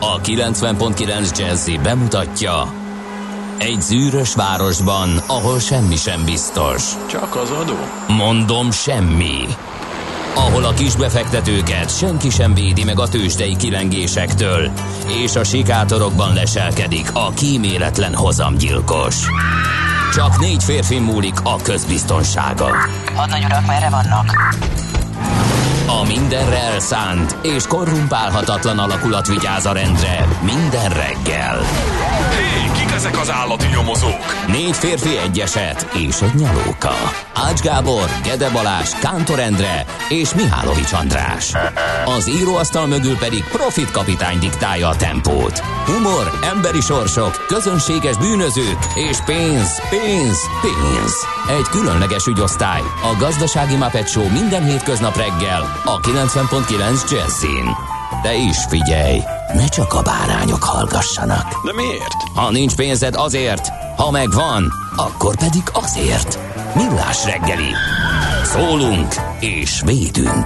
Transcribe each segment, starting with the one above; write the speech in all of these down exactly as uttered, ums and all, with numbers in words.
A kilencven pont kilenc Jazzy bemutatja: egy zűrös városban, ahol semmi sem biztos. Csak az adó? Mondom, semmi. Ahol a kisbefektetőket senki sem védi meg a tőzsdei kilengésektől, és a sikátorokban leselkedik a kíméletlen hozamgyilkos. Csak négy férfi múlik a közbiztonsága. Hadnagy urak, merre vannak? A mindenre elszánt és korrumpálhatatlan alakulat vigyáz a rendre minden reggel. Hé, kik ezek az állati nyomozók? Négy férfi, egy eset és egy nyalóka. Ács Gábor, Gede Balázs, Kántor Endre és Mihálovics András. Az íróasztal mögül pedig Profit kapitány diktálja a tempót. Humor, emberi sorsok, közönséges bűnözők és pénz, pénz, pénz. Egy különleges ügyosztály, a Gazdasági Muppet Show minden hétköznap reggel a kilencven pont kilenc Jazzyn. De is figyelj, ne csak a bárányok hallgassanak. De miért? Ha nincs pénzed, azért, ha megvan, akkor pedig azért. Millás reggeli. Szólunk és védünk.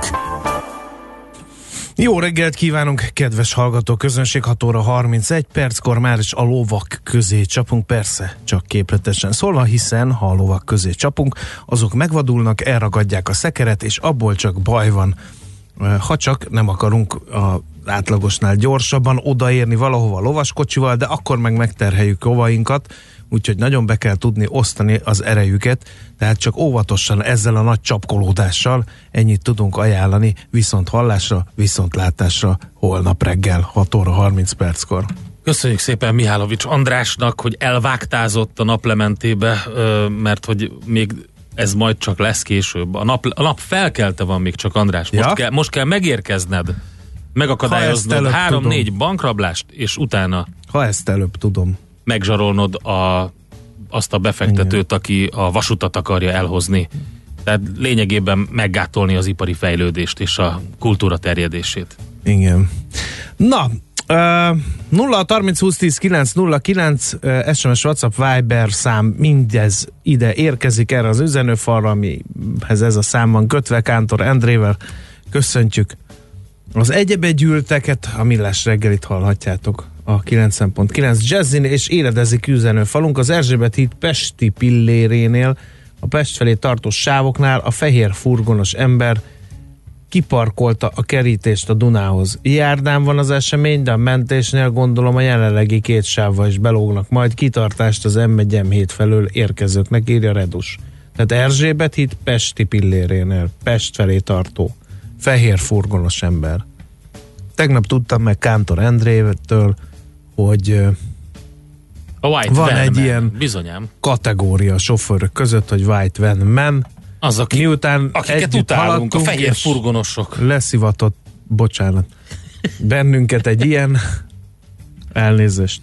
Jó reggelt kívánunk, kedves hallgató közönség, hat óra harmincegy perckor már is a lovak közé csapunk, persze, csak képletesen szólva, hiszen ha a lovak közé csapunk, azok megvadulnak, elragadják a szekeret, és abból csak baj van. Ha csak nem akarunk a átlagosnál gyorsabban odaérni valahova lovaskocsival, de akkor meg megterheljük lovainkat, úgyhogy nagyon be kell tudni osztani az erejüket, tehát csak óvatosan ezzel a nagy csapkolódással ennyit tudunk ajánlani, viszont hallásra, viszont látásra holnap reggel hat óra harminc perckor. Köszönjük szépen Mihálovics Andrásnak, hogy elvágtázott a naplementébe, mert hogy még ez majd csak lesz később. A nap, a nap felkelte van még csak, András. Most, ja? kell, most kell megérkezned, megakadályoznod három-négy bankrablást, és utána... Ha ezt előbb tudom. Megzsarolnod a, azt a befektetőt, igen, aki a vasutat akarja elhozni. Tehát lényegében meggátolni az ipari fejlődést és a kultúra terjedését. Igen. Na, uh, nulla harminc húsz tíz kilenc nulla kilenc uh, es em es, WhatsApp, Viber szám, mindez ide érkezik erre az üzenőfalra, amihez ez a szám van kötve, Kántor Endrével. Köszöntjük az egyebegyűlteket, a Millás reggelit hallhatjátok a kilencven pont kilenc Jazzin, és éledezik üzenőfalunk az Erzsébet híd pesti pillérénél, a Pest felé tartó sávoknál a fehér furgonos ember kiparkolta a kerítést a Dunához. Járdán van az esemény, de a mentésnél gondolom a jelenlegi két sávval is belógnak majd, kitartást az em egy em hét felől érkezőknek, írja Redus. Tehát Erzsébet híd pesti pillérénél, Pest felé tartó fehér furgonos ember. Tegnap tudtam meg Kántor Endrétől, hogy a White van van egy man, ilyen bizonyám, kategória a sofőrök között, hogy White Van Man. Az, aki, miután akiket utálunk, a fehér furgonosok. Leszivatott, bocsánat, bennünket egy ilyen elnézést.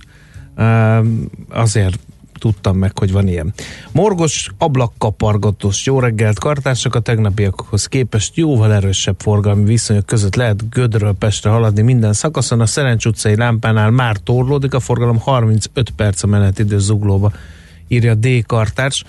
Azért tudtam meg, hogy van ilyen. Morgos, ablakkapargatós, jó reggelt kartársak, a tegnapiakhoz képest jóval erősebb forgalmi viszonyok között lehet Gödről Pestre haladni minden szakaszon. A Szerencs utcai lámpánál már torlódik a forgalom, harmincöt perc a menetidő Zuglóba, írja D. kartárs,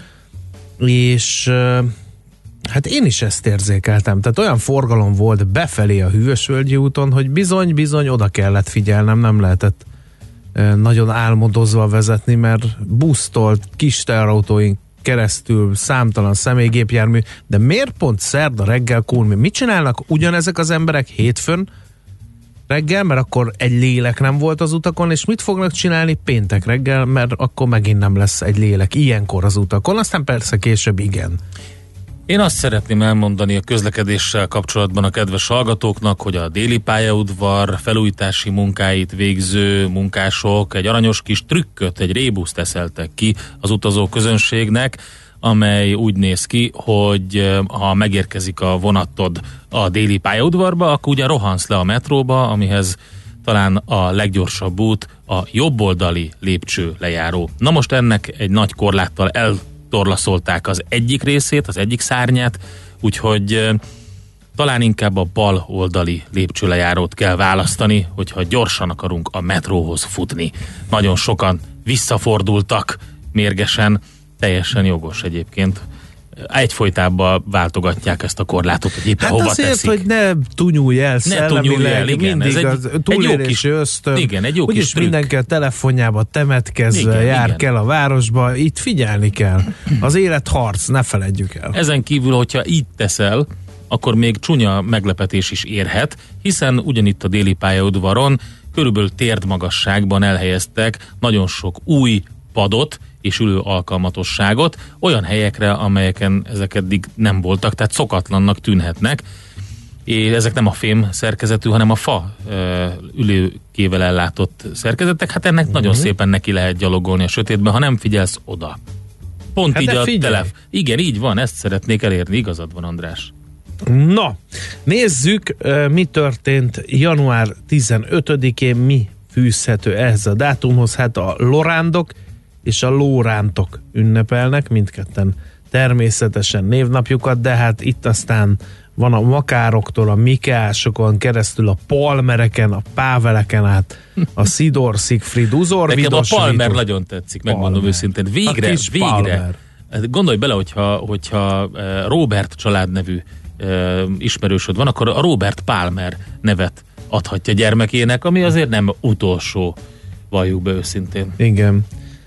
és hát én is ezt érzékeltem, tehát olyan forgalom volt befelé a Hűvösvölgyi úton, hogy bizony, bizony oda kellett figyelnem, nem lehetett nagyon álmodozva vezetni, mert busztól, kis teherautóink keresztül számtalan személygépjármű, de miért pont szerda reggel Kulmi? Mit csinálnak ugyanezek az emberek hétfőn reggel, mert akkor egy lélek nem volt az utakon, és mit fognak csinálni péntek reggel, mert akkor megint nem lesz egy lélek ilyenkor az utakon, aztán persze később igen. Én azt szeretném elmondani a közlekedéssel kapcsolatban a kedves hallgatóknak, hogy a déli pályaudvar felújítási munkáit végző munkások egy aranyos kis trükköt, egy rébuszt teszeltek ki az utazó közönségnek, amely úgy néz ki, hogy ha megérkezik a vonatod a déli pályaudvarba, akkor ugye rohansz le a metróba, amihez talán a leggyorsabb út a jobboldali lépcső lejáró. Na most ennek egy nagy korláttal el torlaszolták az egyik részét, az egyik szárnyát, úgyhogy e, talán inkább a bal oldali lépcsőlejárót kell választani, hogyha gyorsan akarunk a metróhoz futni. Nagyon sokan visszafordultak mérgesen, teljesen jogos egyébként. egyfolytában váltogatják ezt a korlátot, hogy éppen hát hova azért, teszik. hogy ne tunyulj el szellemileg, mindig egy, az túlélési ösztön. Igen, egy jó kis úgyis trükk. mindenki a telefonjába temetkezve Igen, jár igen. kell a városba, itt figyelni kell. Az élet harc, ne feledjük el. Ezen kívül, hogyha így teszel, akkor még csúnya meglepetés is érhet, hiszen ugyanitt a déli pályaudvaron körülbelül térdmagasságban elhelyeztek nagyon sok új padot és ülő alkalmatosságot olyan helyekre, amelyeken ezek eddig nem voltak, tehát szokatlannak tűnhetnek. És ezek nem a fém szerkezetű, hanem a fa ülőkével ellátott szerkezetek. Hát ennek mm-hmm. nagyon szépen neki lehet gyalogolni a sötétben, ha nem figyelsz oda. Pont hát így a telef. Igen, így van, ezt szeretnék elérni, igazad van, András. Na, nézzük, mi történt január tizenötödikén, mi fűzhető ehhez a dátumhoz. Hát a lorándok és a lórántok ünnepelnek, mindketten természetesen névnapjukat, de hát itt aztán van a makároktól, a mikeásokon keresztül, a palmereken, a páveleken át, a Szidor, Siegfried, Uzor, Nekem Vidos, a palmer Vidos. nagyon tetszik, megmondom Palmer. őszintén. Végre, végre. Palmer. Gondolj bele, hogyha, hogyha Robert családnevű ismerősöd van, akkor a Robert Palmer nevet adhatja gyermekének, ami azért nem utolsó, valljuk be őszintén. Igen.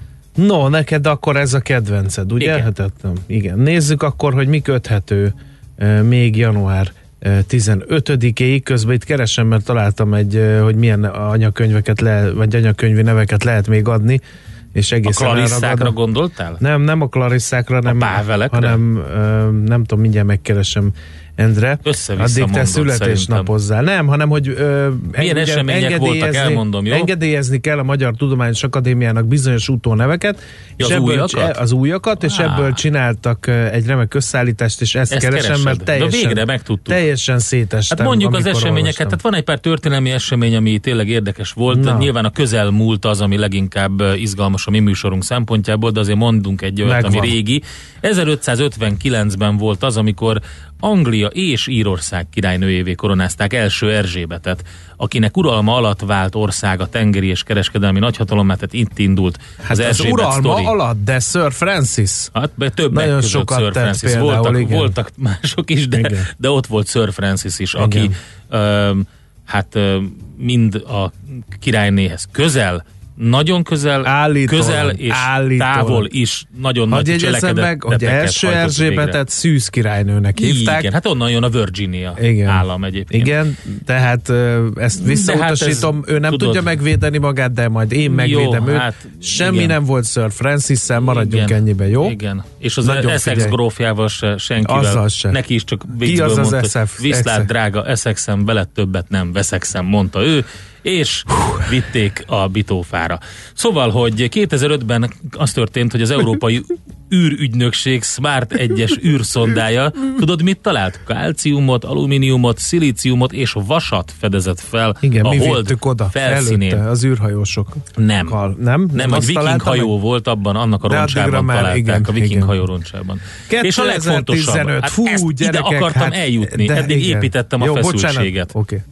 No, neked akkor ez a kedvenced, ugye? Igen. Hát, igen. Nézzük akkor, hogy mi köthető uh, még január uh, tizenötödikéig. Közben itt keresem, mert találtam egy, uh, hogy milyen anyakönyveket le, vagy anyakönyvi neveket lehet még adni, és egészen a Clarisszákra elragadom. gondoltál? Nem, nem a Clarisszákra, nem, Pávelekre? hanem uh, nem tudom, mindjárt megkeresem, Endre. Össze-vissza Addig te mondod, születésnapozzál. Nem, hanem, hogy ö, milyen enged, események voltak, elmondom, jó? Engedélyezni kell a Magyar Tudományos Akadémiának bizonyos utóneveket, Ja, és az ebből, újakat? Az újakat, és Á. ebből csináltak egy remek összeállítást, és ezt, Ezt keresem, keresed. mert De teljesen, végre megtudtuk. teljesen szétestem. Hát mondjuk az amikor eseményeket, olvastam. tehát van egy pár történelmi esemény, ami tényleg érdekes volt. Na. Nyilván a közelmúlt az, ami leginkább izgalmas a mi műsorunk szempontjából, de azért mondunk egy olyat, Megvan. ami régi. ezerötszázötvenkilencben volt az, amikor Anglia és Írország királynőjévé koronázták első Erzsébetet, akinek uralma alatt vált ország a tengeri és kereskedelmi nagyhatalommá, tehát itt indult Hát az az, Erzsébet uralma sztori. alatt, de Sir Francis. Hát be többek Nagyon között sokat Sir tett Francis. például, Voltak, igen. voltak mások is, de, Igen. de ott volt Sir Francis is, Igen. aki ö, hát ö, mind a királynéhez közel, nagyon közel, Állítólag, közel és állítólag. távol is nagyon Hadd nagy jegyezzem meg, hogy első Erzsébetet szűz királynőnek hívták. Igen, hát onnan jön a Virginia Igen. állam egyébként. Igen, tehát ö, ezt visszautasítom, hát ez, ő nem tudod, tudja megvédeni magát, de majd én megvédem jó, őt. hát, Semmi igen. nem volt Sir Francis-szel, maradjunk Igen. ennyiben, jó? Igen, és az Nagyon Essex figyelj. grófjával se, senkivel, Azzal se. neki is csak Ki viccből az az mondta, Essex? viszlát Essex? drága Essexem, veled többet nem veszexem, mondta ő, és vitték a bitófára. Szóval, hogy kétezer-ötben az történt, hogy az Európai űrügynökség Smart egyes űrszondája, tudod mit talált? Kálciumot, alumíniumot, szilíciumot és vasat fedezett fel Igen, a mi hold vittük oda, felszínén. előtte, az űrhajósok. Nem. Kal. Nem? Nem, egy azt viking találta hajó meg? volt abban, annak a De roncsában addigra már találták, igen, a viking igen. hajó roncsában. És a legfontosabb, kétezer-tizenöt, hát fú, ezt ide gyerekek, akartam hát, eljutni, de eddig igen. építettem a Jó, feszültséget. Oké.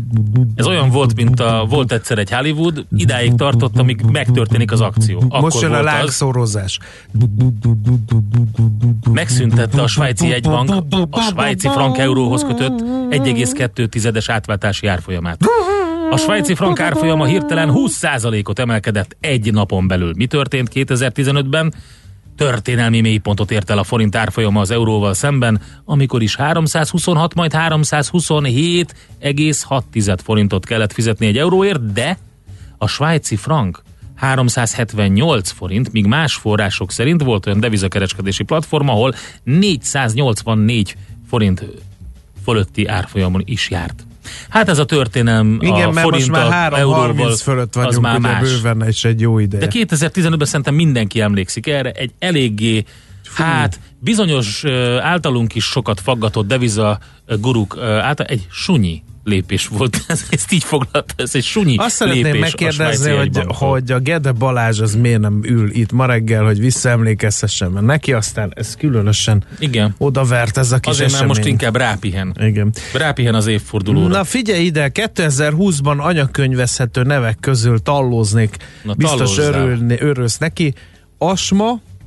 Ez olyan volt, mint a, volt egyszer egy Hollywood, idáig tartott, amíg megtörténik az akció. Akkor Most jön a volt az, lángszórozás. megszüntette a svájci jegybank a svájci frank euróhoz kötött egy egész kettő átváltási árfolyamát. A svájci frank árfolyama hirtelen húsz százalékot emelkedett egy napon belül. Mi történt kétezer-tizenötben? Történelmi mélypontot ért el a forint árfolyama az euróval szemben, amikor is háromszázhuszonhat, majd háromszázhuszonhét egész hat forintot kellett fizetni egy euróért, de a svájci frank háromszázhetvennyolc forint, míg más források szerint volt olyan devizakereskedési platform, ahol négyszáznyolcvannégy forint fölötti árfolyamon is járt. Hát ez a történelem Igen, a mert forint most már a három euróval, harminc fölött az vagyunk, már ugye más. bőven is egy jó ideje. De kétezer-tizenötben szerintem mindenki emlékszik erre, egy eléggé, Fú. hát bizonyos általunk is sokat faggatott deviza guruk által egy sunyi lépés volt. Ezt így foglalta, ez egy sunyi Azt szeretném lépés megkérdezni, a hogy, hogy a Gede Balázs az miért nem ül itt ma reggel, hogy visszaemlékezhessen, mert neki aztán ez különösen Igen. odavert ez a kis Azért esemény. már most inkább rápihen. Igen. Rápihen az évfordulóra. Na figyelj ide, kétezer-húszban anyakönyvezhető nevek közül tallóznék. Na, Biztos tallózzál. örülni, örülsz neki. Asma,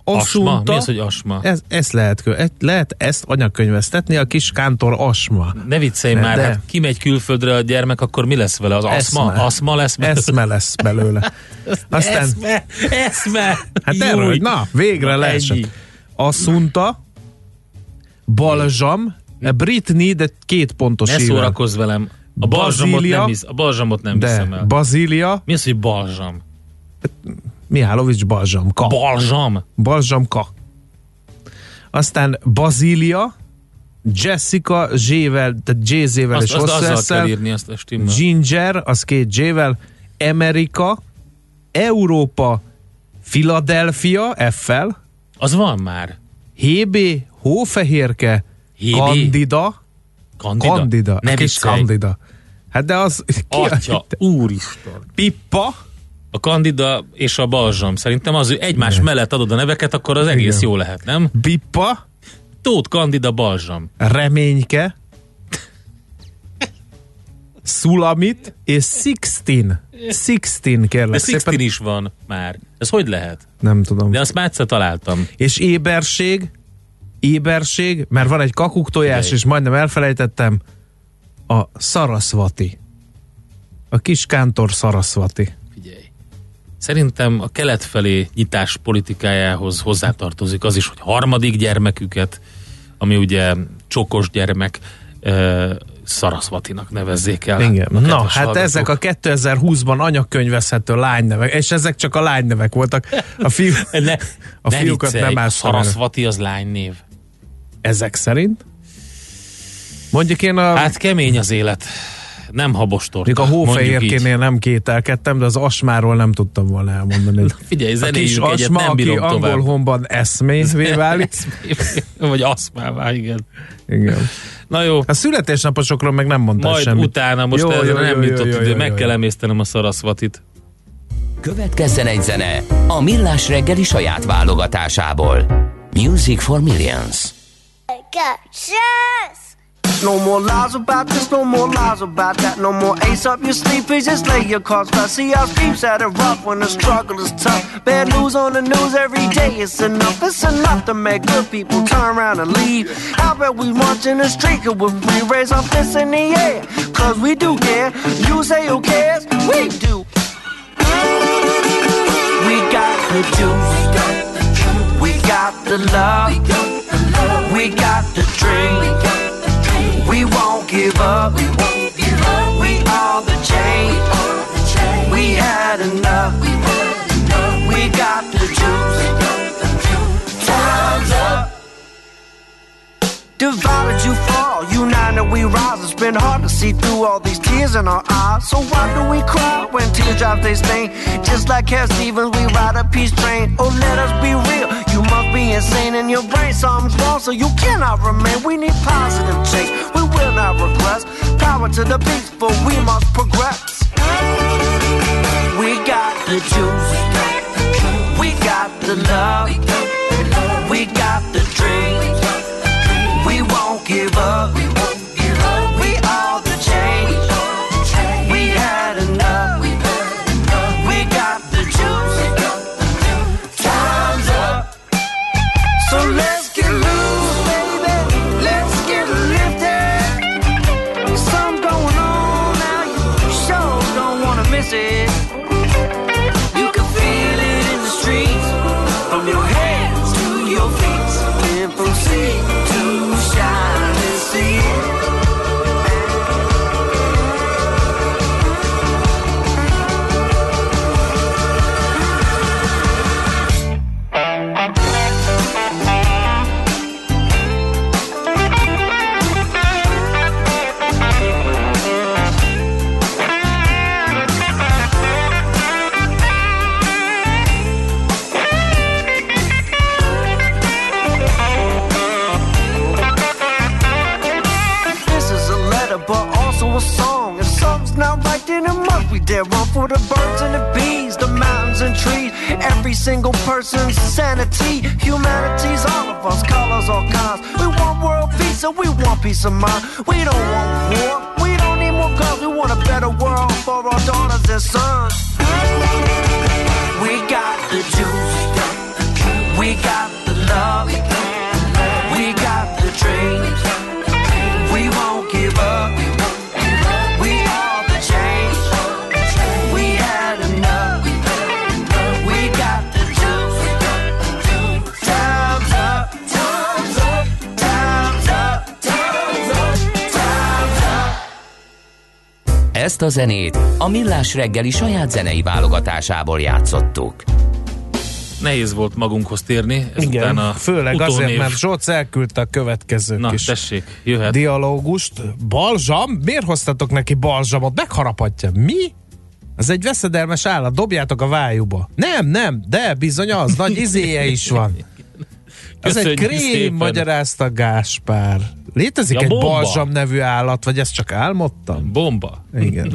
Asma? Mi az, hogy asma? Ez, ezt lehet, lehet ezt anyagkönyvesztetni, a kis kántor asma. Ne viccelj már, de. Hát kimegy külföldre a gyermek, akkor mi lesz vele? Az aszma? Eszme. Aszma lesz belőle? Eszme lesz belőle. Aztán, eszme, eszme. hát erről, hogy na, végre leesett. Asszunta, balzsam, Britney, de két pontos Ne ível. szórakozz velem. A balzsamot Bazília, nem, hisz, a balzsamot nem de hiszem el. Bazília, Mi az, hogy balzsam? Mihálovics balzsamka. Balzsam? Balzsamka. Aztán Bazília, Jessica J-vel, tehát J-zével Azt, és azt hosszú azzal esszel. kell írni, azt a stimmel. Ginger, az két J-vel. Amerika, Európa, Philadelphia, F-fel. Az van már. Hébé, Hófehérke, Hébé? Kandida. Kandida? Kandida. Ne A kis viccelj. Kandida. Hát de az... Atya, úristen. Pippa. A Kandida és a balzsam. Szerintem az, hogy egymás Igen. mellett adod a neveket, akkor az egész Igen. jó lehet, nem? Pippa. Tóth Kandida balzsam. Reményke. Szulamit és Sixtin. Sixtin, kérlek De szépen. Sixtin is van már. Ez hogy lehet? Nem tudom. De azt már egyszer találtam. És éberség, éberség, mert van egy kakuktojás, Figyelj. és majdnem elfelejtettem, a Sarasvati. A kis kántor Sarasvati. Figyelj. Szerintem a kelet felé nyitás politikájához hozzátartozik az is, hogy harmadik gyermeküket, ami ugye csokos gyermek, uh, Sarasvatinak nevezzék el. Igen. A Na, kedves hát hallgatók. ezek a kétezer-húszban anyagkönyvezhető lánynevek, és ezek csak a lánynevek voltak. A, fiú, Ne, a ne fiúkat viccelj, nem ássam el. Sarasvati az lánynév. Ezek szerint? Mondjuk én a... Hát kemény az élet. Nem habostorta. Még a mondjuk hófehérkénél így. nem kételkedtem, de az asmáról nem tudtam volna elmondani. Figyelj, A kis zenéljük egyet, asma, nem aki bírom angol tovább. honban eszmévé válik. Vagy aszmává, igen. Igen. Na jó, A születésnaposokról meg nem mondtál majd semmit. utána, most Jó, ezzel jó, nem jó, jutott jó, idő, jó, meg jó, kell jó. emésztenem a Sarasvatit. Következzen egy zene a Millás reggeli saját válogatásából. Music for Millions. Yes! No more lies about this, no more lies about that. No more ace up your sleeve, please just lay your cards flat. See our streets had it rough when the struggle is tough. Bad news on the news every day, it's enough. It's enough to make good people turn around and leave. I bet we march in the street, cause we're free. Raise our fists in the air, cause we do care. You say who cares? We do. We got the juice, we got the love, we got the dream. We won't give up. We are the change. We had enough. We got the juice. Time's up. Divided you fall, united we rise. It's been hard to see through all these tears in our eyes. So why do we cry when teardrops they stain? Just like Cat Stevens, we ride a peace train. Oh, let us be real. You must be insane in your brain. Something's wrong, so you cannot remain. We need positive change. We will not regress. Power to the beast, for we must progress. We got the juice. We got the love. We got the dream. We won't give up. We are the change. We had enough. We got the juice. Time's up. So let's get loose, baby. Let's get lifted. Something going on now. You sure don't wanna miss it. You can feel it in the streets, from your hands to your feet, and from sea to shining sea. But also a song. If something's not right, then it must be dead wrong. For the birds and the bees, the mountains and trees, every single person's sanity. Humanity's all of us, colors, all kinds. We want world peace, so we want peace of mind. We don't want war, we don't need more guns. We want a better world for our daughters and sons. We got the juice, we got Ezt a zenét a Millás reggeli saját zenei válogatásából játszottuk. Nehéz volt magunkhoz térni. Igen, a főleg utónév... azért, mert Zsolt elküldte a következő Na, kis tessék, jöhet. dialógust. Balzsam? Miért hoztatok neki balzsamot? Megharapatja. Mi? Ez egy veszedelmes állat, dobjátok a vájuba. Nem, nem, de bizony az, nagy izéje is van. Ez egy krém, szépen. Magyarázta Gáspár. Létezik ja, egy bomba. Balzsam nevű állat, vagy ezt csak álmodtam? Bomba. Igen.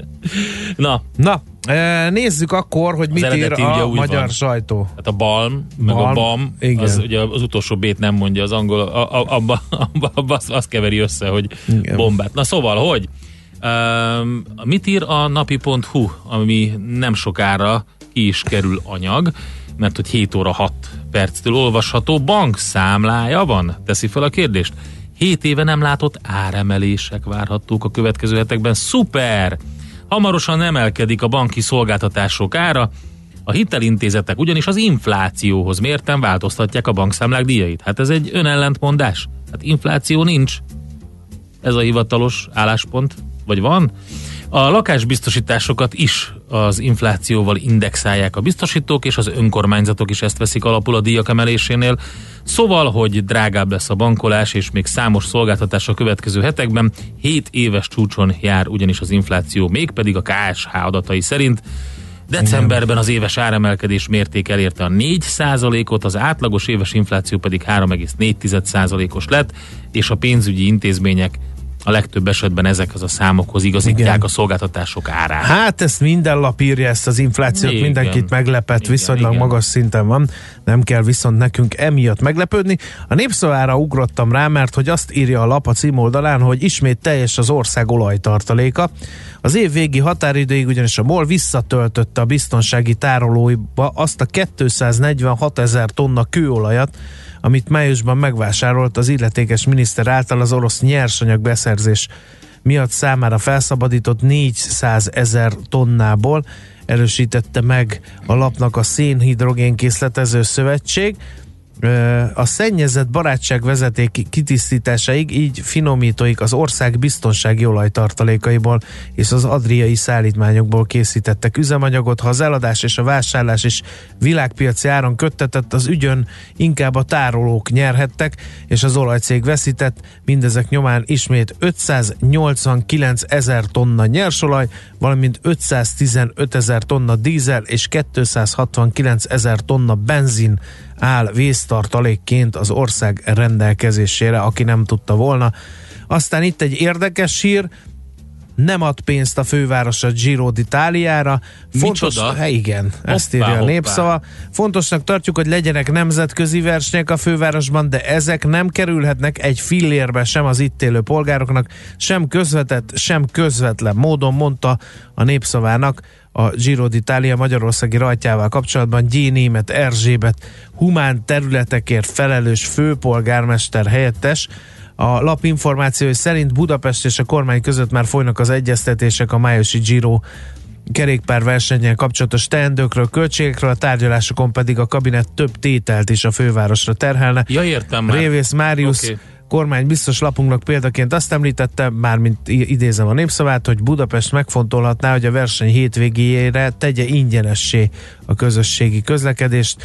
Na. Na, nézzük akkor, hogy az mit ír a magyar van. Sajtó. Hát a balm, meg balm, a bam, az, ugye az utolsó bét nem mondja az angol, abba, abba, abba azt, azt keveri össze, hogy igen. Bombát. Na szóval, hogy? Uh, mit ír a napi pont hu, ami nem sokára ki is kerül anyag, mert hogy hét óra hat perctől olvasható, bankszámlája van? Teszi fel a kérdést. hét éve nem látott áremelések várhatók a következő hetekben. Szuper! Hamarosan emelkedik a banki szolgáltatások ára, a hitelintézetek ugyanis az inflációhoz mérten változtatják a bankszámlák díjait. Hát ez egy önellentmondás. Hát infláció nincs. Ez a hivatalos álláspont. Vagy van? A lakásbiztosításokat is az inflációval indexálják a biztosítók, és az önkormányzatok is ezt veszik alapul a díjak emelésénél. Szóval, hogy drágább lesz a bankolás, és még számos szolgáltatás a következő hetekben. hét éves csúcson jár ugyanis az infláció, mégpedig a ká es há adatai szerint. Decemberben az éves áremelkedés mérték elérte a négy százalékot, az átlagos éves infláció pedig három egész négy százalékos lett, és a pénzügyi intézmények a legtöbb esetben ezekhez a számokhoz igazítják igen. a szolgáltatások árát. Hát ezt minden lap írja, ezt az inflációt, igen. mindenkit meglepett, igen, viszonylag igen. magas szinten van, nem kell viszont nekünk emiatt meglepődni. A Népszavára ugrottam rá, mert hogy azt írja a lap a címoldalán, hogy ismét teljes az ország olajtartaléka. Az év végi határidőig ugyanis a MOL visszatöltötte a biztonsági tárolóiba azt a kétszáznegyvenhat ezer tonna kőolajat, amit májusban megvásárolt az illetékes miniszter által az orosz nyersanyag beszerzés miatt számára felszabadított négyszázezer tonnából, erősítette meg a lapnak a Szénhidrogénkészletező Szövetség. A szennyezett barátság vezeték kitisztításáig, így finomítóik az ország biztonsági olajtartalékaiból és az adriai szállítmányokból készítettek üzemanyagot. Ha az eladás és a vásárlás is világpiaci áron köttetett, az ügyön inkább a tárolók nyerhettek, és az olajcég veszített. Mindezek nyomán ismét ötszáznyolcvankilenc ezer tonna nyersolaj, valamint ötszáztizenöt ezer tonna dízel és kétszázhatvankilenc ezer tonna benzin áll vésztartalékként az ország rendelkezésére, aki nem tudta volna. Aztán itt egy érdekes hír, nem ad pénzt a főváros a Giro d'Italiára. Fontos, Micsoda? Igen, hoppá, ezt írja hoppá. a Népszava. Fontosnak tartjuk, hogy legyenek nemzetközi versenyek a fővárosban, de ezek nem kerülhetnek egy fillérbe sem az itt élő polgároknak, sem közvetett, sem közvetlen módon, mondta a Népszavának a Giro d'Italia magyarországi rajtjával kapcsolatban G. Németh Erzsébet humán területekért felelős főpolgármester helyettes. A lap információi szerint Budapest és a kormány között már folynak az egyeztetések a májusi Giro kerékpárversennyel kapcsolatos teendőkről, költségekről, a tárgyalásokon pedig a kabinet több tételt is a fővárosra terhelne. Ja, értem már. Révész Máriusz okay. kormány biztos lapunknak példaként azt említette, mármint idézem a Népszavát, hogy Budapest megfontolhatná, hogy a verseny hétvégéjére tegye ingyenessé a közösségi közlekedést,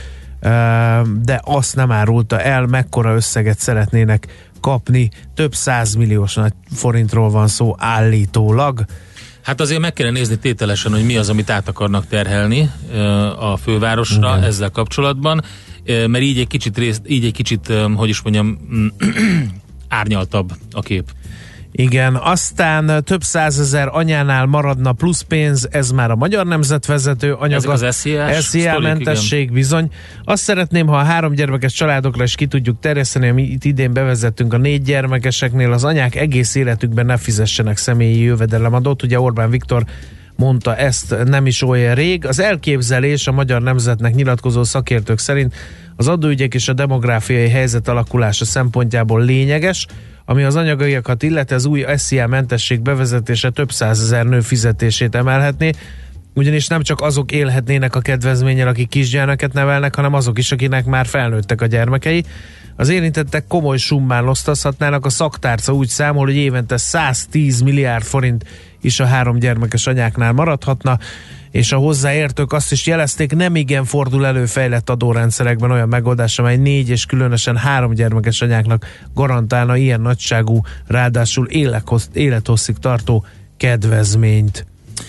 de azt nem árulta el, mekkora összeget szeretnének kapni. Több százmilliós nagy forintról van szó állítólag. Hát azért meg kellene nézni tételesen, hogy mi az, amit át akarnak terhelni a fővárosra igen. ezzel kapcsolatban, mert így egy kicsit, részt, így egy kicsit hogy is mondjam, árnyaltabb a kép. Igen, aztán több százezer anyánál maradna plusz pénz, ez már a Magyar Nemzet vezető anyaga. Ezek az es zé á mentesség igen. bizony. Azt szeretném, ha a három gyermekes családokra is ki tudjuk terjeszteni, ami itt idén bevezettünk a négy gyermekeseknél, az anyák egész életükben ne fizessenek személyi jövedelemadót. Ugye Orbán Viktor mondta ezt nem is olyan rég. Az elképzelés a Magyar Nemzetnek nyilatkozó szakértők szerint az adóügyek és a demográfiai helyzet alakulása szempontjából lényeges, ami az anyagaiakat illeti, az új es zé á mentesség bevezetése több százezer nő fizetését emelhetné, ugyanis nem csak azok élhetnének a kedvezménnyel, akik kisgyermeket nevelnek, hanem azok is, akinek már felnőttek a gyermekei. Az érintettek komoly summán osztozhatnának. A szaktárca úgy számol, hogy évente száztíz milliárd forint is a három gyermekes anyáknál maradhatna, és a hozzáértők azt is jelezték, nem igen fordul elő fejlett adórendszerekben olyan megoldás, amely négy és különösen három gyermekes anyáknak garantálna ilyen nagyságú, ráadásul élethosszig tartó kedvezményt.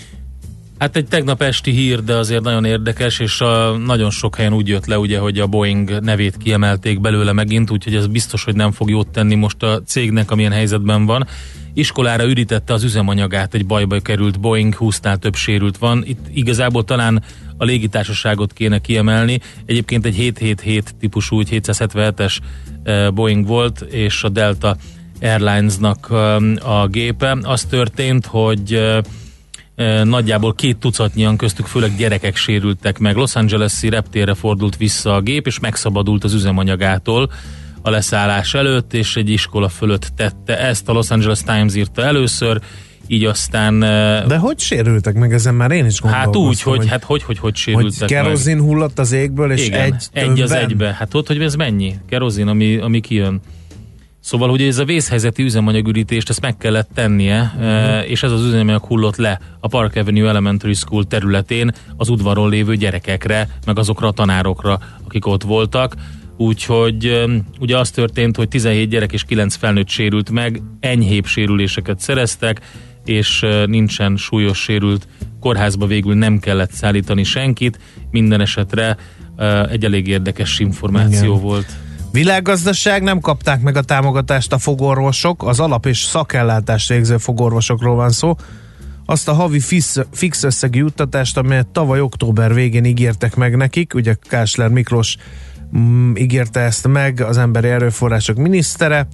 Hát egy tegnap esti hír, de azért nagyon érdekes, és a, nagyon sok helyen úgy jött le, ugye, hogy a Boeing nevét kiemelték belőle megint, úgyhogy ez biztos, hogy nem fog jót tenni most a cégnek, amilyen helyzetben van. Iskolára ürítette az üzemanyagát egy bajba került Boeing, húsznál több sérült van. Itt igazából talán a légitársaságot kéne kiemelni. Egyébként egy hétszázhetvenhét típusú, egy hétszázhetvenhetes Boeing volt, és a Delta Airlines-nak a gépe. Az történt, hogy nagyjából két tucatnyian, köztük főleg gyerekek sérültek meg. Los Angeles-i reptérre fordult vissza a gép, és megszabadult az üzemanyagától a leszállás előtt, és egy iskola fölött tette ezt. A Los Angeles Times írta először, így aztán... De hogy sérültek meg, ezen már én is gondolkoztam. Hát úgy, hogy, hogy hát hogy, hogy, hogy sérültek hogy kerozin meg. Hullott az égből, és igen, egy egy az egybe. Hát ott, hogy ez mennyi? Kerozin, ami, ami kijön. Szóval, hogy ez a vészhelyzeti üzemanyagürítést, ezt meg kellett tennie, uh-huh. és ez az üzemanyag hullott le a Park Avenue Elementary School területén az udvaron lévő gyerekekre, meg azokra a tanárokra, akik ott voltak. Úgyhogy ugye az történt, hogy tizenhét gyerek és kilenc felnőtt sérült meg, enyhébb sérüléseket szereztek, és nincsen súlyos sérült, kórházba végül nem kellett szállítani senkit, minden esetre egy elég érdekes információ igen. volt. Világgazdaság, nem kapták meg a támogatást a fogorvosok, az alap- és szakellátást végző fogorvosokról van szó. Azt a havi fix, fix összegű juttatást, amelyet tavaly október végén ígértek meg nekik, ugye Kásler Miklós mm, ígérte ezt meg, az emberi erőforrások minisztere.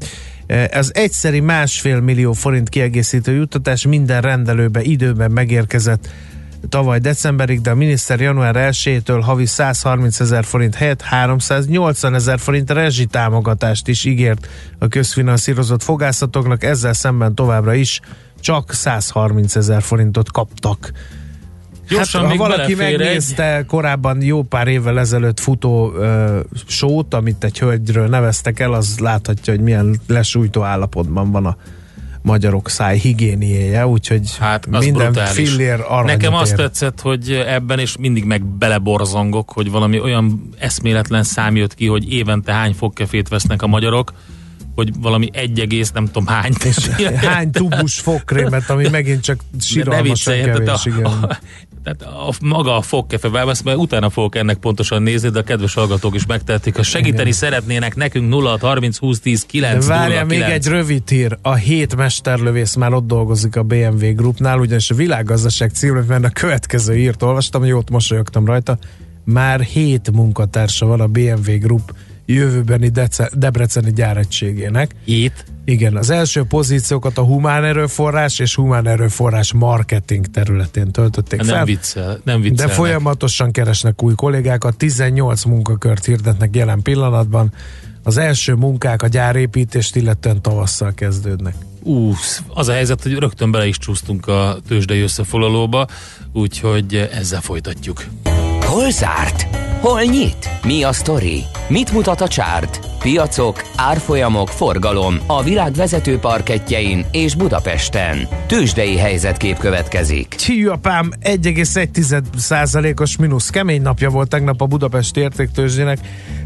Ez egyszeri másfél millió forint kiegészítő juttatás minden rendelőbe időben megérkezett tavaly decemberig, de a miniszter január elsejétől havi százharminc ezer forint helyett háromszáznyolcvan ezer forint rezsitámogatást is ígért a közfinanszírozott fogászatoknak, ezzel szemben továbbra is csak százharminc ezer forintot kaptak. Gyorsan, hát, ha valaki megnézte egy... korábban jó pár évvel ezelőtt futó uh, sót, amit egy hölgyről neveztek el, az láthatja, hogy milyen lesújtó állapotban van a magyarok szájhigiéniéje, úgyhogy hát, minden brutális. Fillér aranyat Nekem azt ér. tetszett, hogy ebben is mindig meg beleborzongok, hogy valami olyan eszméletlen szám jött ki, hogy évente hány fogkefét vesznek a magyarok, hogy valami egy egész, nem tudom hány. És hány tubus fogkrémet, ami megint csak síralmasan kevés. Tehát a, a, tehát a, maga a fogkefe, ezt mert utána fogok ennek pontosan nézni, de a kedves hallgatók is megtehetik, ha segíteni igen. szeretnének nekünk nulla hat harminc húsz tíz kilenc nulla kilenc. Várjál, még egy rövid hír. A hét mesterlövész már ott dolgozik a bé em vé Groupnál, ugyanis a Világgazdaság címre, mert a következő hírt olvastam, hogy ott mosolyogtam rajta. Már hét munkatársa van a bé em vé Group jövőbeni Dece- debreceni gyáregységének. Hét? Igen, az első pozíciókat a humán erőforrás és humán erőforrás marketing területén töltötték nem fel. Viccel, nem viccelnek. De folyamatosan keresnek új kollégákat, tizennyolc munkakört hirdetnek jelen pillanatban. Az első munkák a gyárépítést illetően tavasszal kezdődnek. Ú, az a helyzet, hogy rögtön bele is csúsztunk a tőzsdei összefoglalóba, úgyhogy ezzel folytatjuk. Hol zárt? Hol nyit? Mi a sztori? Mit mutat a csárt? Piacok, árfolyamok, forgalom a világ vezető parkettjein és Budapesten. Tőzsdei helyzetkép következik. Csíjapám, egy egész egy százalékos mínusz. Kemény napja volt tegnap a budapesti értéktőzsdének.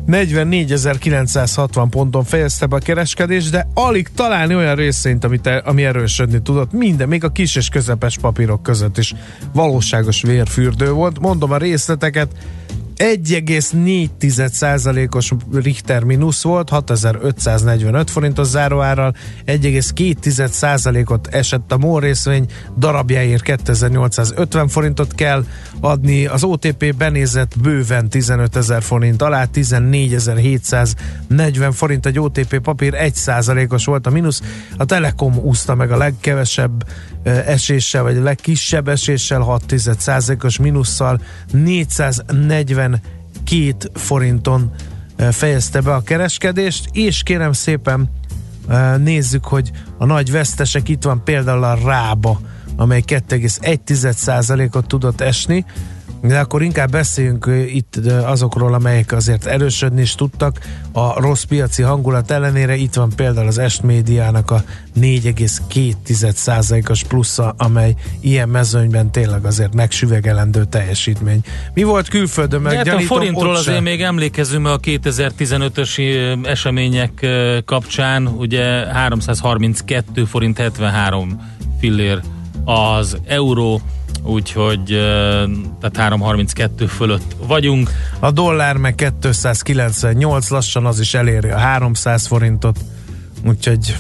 negyvennégyezer-kilencszázhatvan ponton fejezte be a kereskedés, de alig találni olyan részényt, amit, ami erősödni tudott. Minden, még a kis és közepes papírok között is valóságos vérfürdő volt. Mondom a részleteket. egy egész négy százalékos Richter mínusz volt, hatezer-ötszáznegyvenöt forintos záróárral, egy egész két százalékot esett a MOL részvény, darabjáért kétezer-nyolcszázötven forintot kell adni, az o té pé benézett bőven tizenötezer forint alá, tizennégyezer-hétszáznegyven forint egy o té pé papír, egy százalékos volt a mínusz, a Telekom úszta meg a legkevesebb eséssel, vagy a legkisebb eséssel, hat százalékos mínusszal, négyszáznegyvenkét forinton fejezte be a kereskedést, és kérem szépen nézzük, hogy a nagy vesztesek, itt van például a Rába, amely két egész egy százalékot tudott esni, De akkor inkább beszéljünk itt azokról, amelyek azért erősödni is tudtak a rossz piaci hangulat ellenére. Itt van például az Est Médiának a négy egész két százalékos plusza, amely ilyen mezőnyben tényleg azért megsüvegelendő teljesítmény. Mi volt külföldön? Meg hát gyanítom, a forintról azért sem. még emlékezünk a kétezer-tizenötös események kapcsán, ugye háromszázharminckettő forint hetvenhárom fillér az euró, úgyhogy tehát három harminckettő fölött vagyunk. A dollár meg kétszázkilencvennyolc, lassan az is eléri a háromszáz forintot, úgyhogy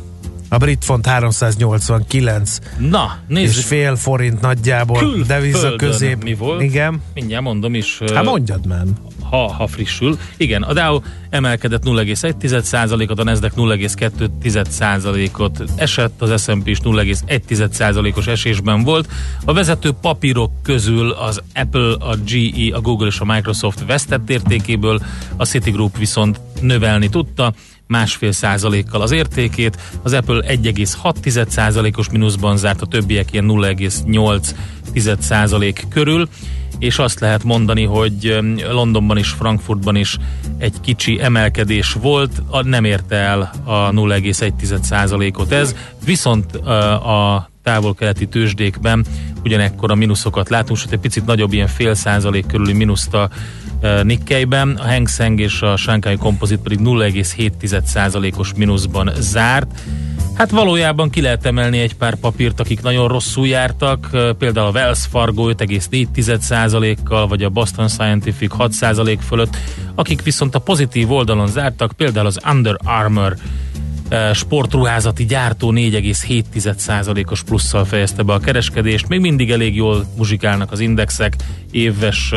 a brit font háromszáznyolcvankilenc. Na, nézzük. És fél forint nagyjából deviza közép. Mi volt? Igen. Mindjárt mondom is. Hát mondjad már. Ha, ha frissül. Igen, a Dow emelkedett nulla egész egy százalékot, a Nasdaq nulla egész kettő százalékot esett, az es and pé is nulla egész egy százalékos esésben volt. A vezető papírok közül az Apple, a gé é, a Google és a Microsoft vesztett értékéből, a Citigroup viszont növelni tudta másfél százalékkal az értékét, az Apple egy egész hat százalékos mínuszban zárt, a többiek ilyen nulla egész nyolc százalék körül, és azt lehet mondani, hogy Londonban és Frankfurtban is egy kicsi emelkedés volt, nem érte el a nulla egész egy százalékot ez, viszont a távol-keleti tőzsdékben ugyanekkor a mínuszokat látunk, sőt egy picit nagyobb, ilyen fél százalék körüli mínuszt a Nikkeiben, a Hang Seng és a Shanghai Composite pedig nulla egész hét százalékos mínuszban zárt. Hát valójában ki lehet emelni egy pár papírt, akik nagyon rosszul jártak, például a Wells Fargo öt egész négy százalékkal, vagy a Boston Scientific hat százalék fölött, akik viszont a pozitív oldalon zártak, például az Under Armour sportruházati gyártó négy egész hét százalékos plusszal fejezte be a kereskedést. Még mindig elég jól muzsikálnak az indexek, éves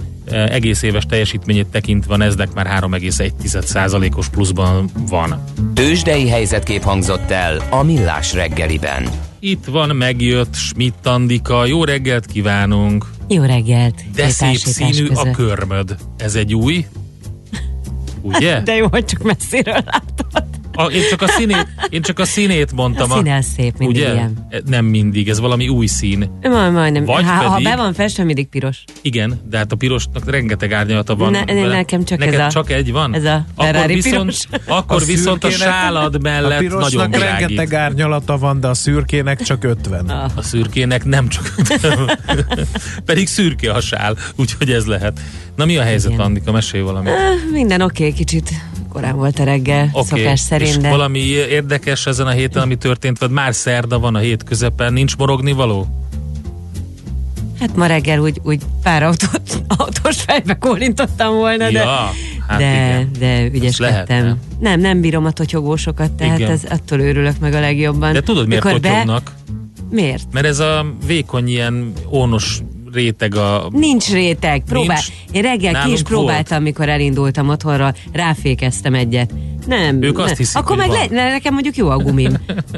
egész éves teljesítményét tekintve a Nasdaq már három egész egy százalékos pluszban van. Tőzsdei helyzetkép hangzott el a Millás reggeliben. Itt van, megjött Schmidt Andika. Jó reggelt kívánunk! Jó reggelt! De szép színű között a körmöd. Ez egy új? Ugye? De jó, hogy csak messziről látod. A, én, csak a színét, én csak a színét mondtam. A színe szép, mindig ugye? Ilyen. Nem mindig, ez valami új szín. Majd, majdnem. Vagy ha, pedig, ha be van festve, mindig piros. Igen, de hát a pirosnak rengeteg árnyalata van. Ne, ne, nekem csak Neked ez a, csak egy van? Ez a akkor viszont, piros. Akkor a viszont a sálad mellett a nagyon világít. rengeteg árnyalata van, de a szürkének csak ötven. Ah. A szürkének nem csak ötven. Pedig szürke a sál, úgyhogy ez lehet. Na mi a helyzet, igen. Andika? Mesélj valamit. Uh, minden oké, okay, kicsit korán volt a reggel, okay. Szokás szerint. És de... valami érdekes ezen a héten, ami történt, vagy már szerda van a hét közepen, nincs morogni való? Hát ma reggel úgy, úgy pár autót, autós fejbe kólintottam volna, de, ja, hát de, de ügyeskedtem. Lehet, nem, nem bírom a totyogósokat, tehát ez, attól őrülök meg a legjobban. De tudod, miért Mikor totyognak? Be... Miért? Mert ez a vékony ilyen ónos réteg a... Nincs réteg, próbál. Nincs. Én reggel Nálunk ki is próbáltam, volt. Mikor elindultam otthonra, ráfékeztem egyet. Nem. Ők nem. azt hiszik, Akkor meg le, nekem mondjuk jó a gumim.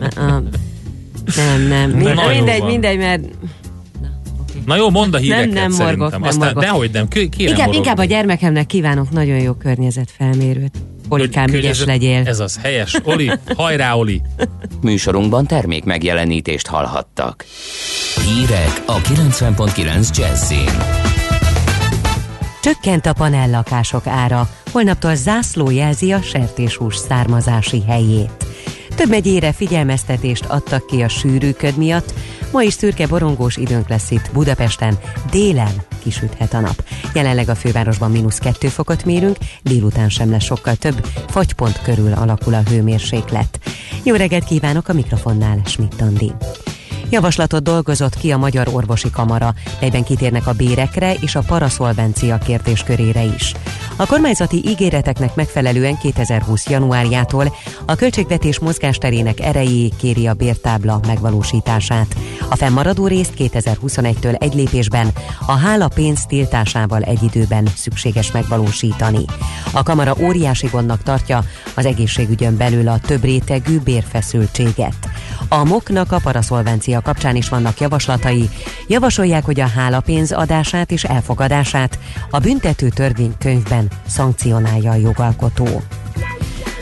nem, nem. Mind, Na, mindegy, mindegy, mert... Na jó, mondd a híreket nem, nem szerintem. morgok, nem Aztán morgok. dehogy nem, kérem inkább, inkább a gyermekemnek kívánok nagyon jó környezetfelmérőt. Olikám, Kö- ügyes legyél. Ez az, helyes. Oli, hajrá Oli! Műsorunkban termék megjelenítést hallhattak. Hírek a kilencven pont kilenc Jazzin. Csökkent a panellakások ára, holnaptól zászló jelzi a sertéshús származási helyét. Több megyére figyelmeztetést adtak ki a sűrű köd miatt, ma is szürke borongós időnk lesz itt Budapesten, délen kisüthet a nap. Jelenleg a fővárosban mínusz kettő fokot mérünk, délután sem lesz sokkal több, fagypont körül alakul a hőmérséklet. Jó reggelt kívánok, a mikrofonnál Schmidt Andi. Javaslatot dolgozott ki a Magyar Orvosi Kamara, melyben kitérnek a bérekre és a paraszolvencia kérdéskörére is. A kormányzati ígéreteknek megfelelően kétezer-húsz januárjától a költségvetés mozgásterének erejéig kéri a bértábla megvalósítását. A fennmaradó részt kétezer-huszonegytől egy lépésben a hálapénz tiltásával egy időben szükséges megvalósítani. A kamara óriási gondnak tartja az egészségügyön belül a több rétegű bérfeszültséget. A moknak a paraszolvencia kapcsán is vannak javaslatai. Javasolják, hogy a hálapénz adását és elfogadását a büntető törvénykönyvben szankcionálja a jogalkotó.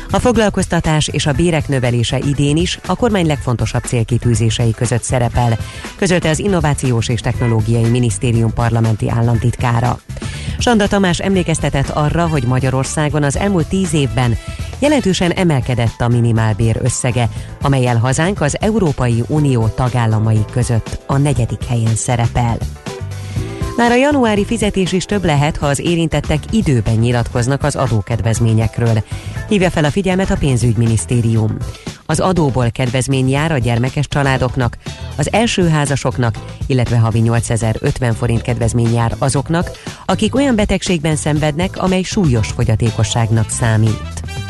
A foglalkoztatás és a bérek növelése idén is a kormány legfontosabb célkitűzései között szerepel, közölte az Innovációs és Technológiai Minisztérium parlamenti államtitkára. Sanda Tamás emlékeztetett arra, hogy Magyarországon az elmúlt tíz évben jelentősen emelkedett a minimálbér összege, amellyel hazánk az Európai Unió tagállamai között a negyedik helyen szerepel. Már a januári fizetés is több lehet, ha az érintettek időben nyilatkoznak az adókedvezményekről. Hívja fel a figyelmet a pénzügyminisztérium. Az adóból kedvezmény jár a gyermekes családoknak, az elsőházasoknak, illetve havi nyolcezer-ötven forint kedvezmény jár azoknak, akik olyan betegségben szenvednek, amely súlyos fogyatékosságnak számít.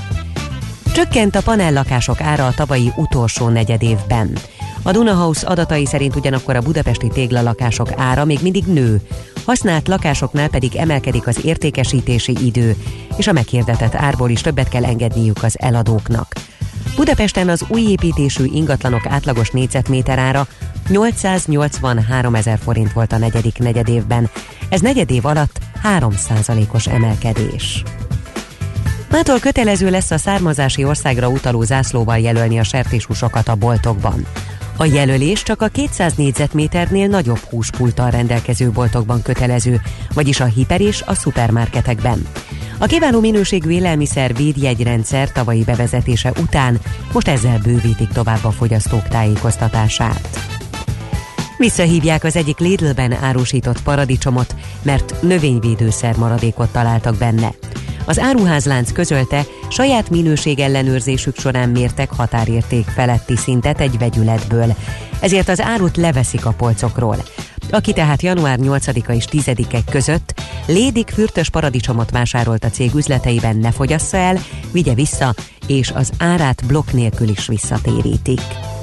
Csökkent a panellakások ára a tavalyi utolsó negyedévben. A Dunahouse adatai szerint ugyanakkor a budapesti téglalakások ára még mindig nő, használt lakásoknál pedig emelkedik az értékesítési idő, és a meghirdetett árból is többet kell engedniük az eladóknak. Budapesten az új építésű ingatlanok átlagos négyzetméter ára nyolcszáznyolcvanhárom ezer forint volt a negyedik negyedévben. Ez negyedév alatt három százalékos emelkedés. Mától kötelező lesz a származási országra utaló zászlóval jelölni a sertéshúsokat a boltokban. A jelölés csak a kétszáz négyzetméternél nagyobb húspulttal rendelkező boltokban kötelező, vagyis a hiper és a szupermarketekben. A kiváló minőségű élelmiszer védjegyrendszer tavalyi bevezetése után most ezzel bővítik tovább a fogyasztók tájékoztatását. Visszahívják az egyik Lidlben árusított paradicsomot, mert növényvédőszer maradékot találtak benne. Az áruházlánc közölte, saját minőségellenőrzésük során mértek határérték feletti szintet egy vegyületből, ezért az árut leveszik a polcokról. Aki tehát január nyolcadika és tizedike között lédik fürtös paradicsomot vásárolt a cég üzleteiben, ne fogyassza el, vigye vissza, és az árát blokk nélkül is visszatérítik.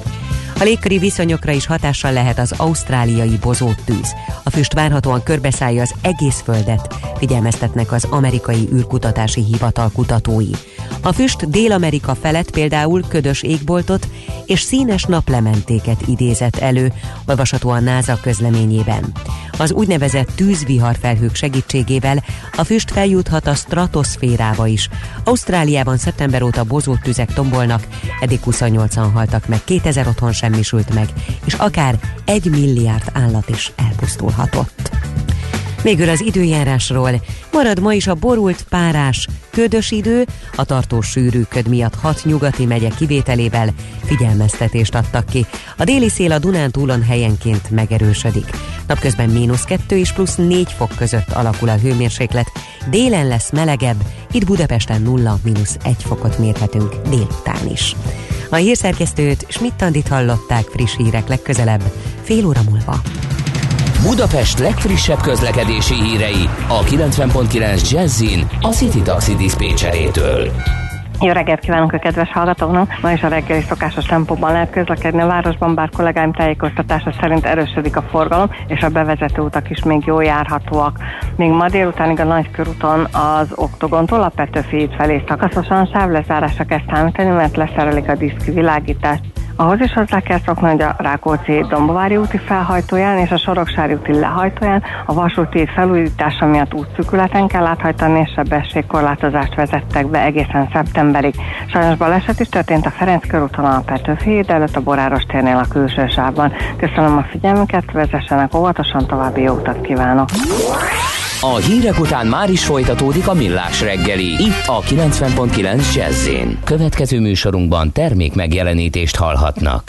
A légköri viszonyokra is hatással lehet az ausztráliai bozóttűz. A füst várhatóan körbeszállja az egész földet, figyelmeztetnek az amerikai űrkutatási hivatal kutatói. A füst Dél-Amerika felett például ködös égboltot és színes naplementéket idézett elő, olvasható a NASA közleményében. Az úgynevezett tűzviharfelhők segítségével a füst feljuthat a stratoszférába is. Ausztráliában szeptember óta bozóttüzek tombolnak, eddig huszonnyolcan haltak meg, kétezer otthon semmisült meg, és akár egy milliárd állat is elpusztulhatott. Végül az időjárásról. Marad ma is a borult, párás, ködös idő, a tartós sűrű köd miatt hat nyugati megye kivételével figyelmeztetést adtak ki. A déli szél a Dunántúlon helyenként megerősödik. Napközben mínusz kettő és plusz négy fok között alakul a hőmérséklet. Délen lesz melegebb, itt Budapesten nulla mínusz egy fokot mérhetünk délután is. A hírszerkesztőt, Schmidt-Tandit hallották, friss hírek legközelebb, fél óra múlva. Budapest legfrissebb közlekedési hírei a kilencven pont kilenc Jazzin a City Taxi diszpécserétől. Jó reggelt kívánunk a kedves hallgatóknak! Ma is a reggeli szokásos tempóban lehet közlekedni a városban, bár kollégáim tájékoztatása szerint erősödik a forgalom, és a bevezető utak is még jól járhatóak. Még ma délutánig a Nagykörúton az Oktogontól a Petőfi híd felé szakaszosan sávlezárásra kell számítani, mert leszerelik a diszkivilágítást. Ahhoz is hozzá kell szokni, hogy a Rákóczi-Dombovári úti felhajtóján és a Soroksári úti lehajtóján a vasúti felújítása miatt útszűkületen kell áthajtani, és sebességkorlátozást vezettek be egészen szeptemberig. Sajnos baleset is történt a Ferenc körúton a Petőfi híd előtt a Boráros térnél a külső sávban. Köszönöm a figyelmüket, vezessenek óvatosan, további jó utat kívánok! A hírek után már is folytatódik a Millás reggeli, itt a kilencven pont kilenc Jazz-én. Következő műsorunkban termék megjelenítést hallhatnak.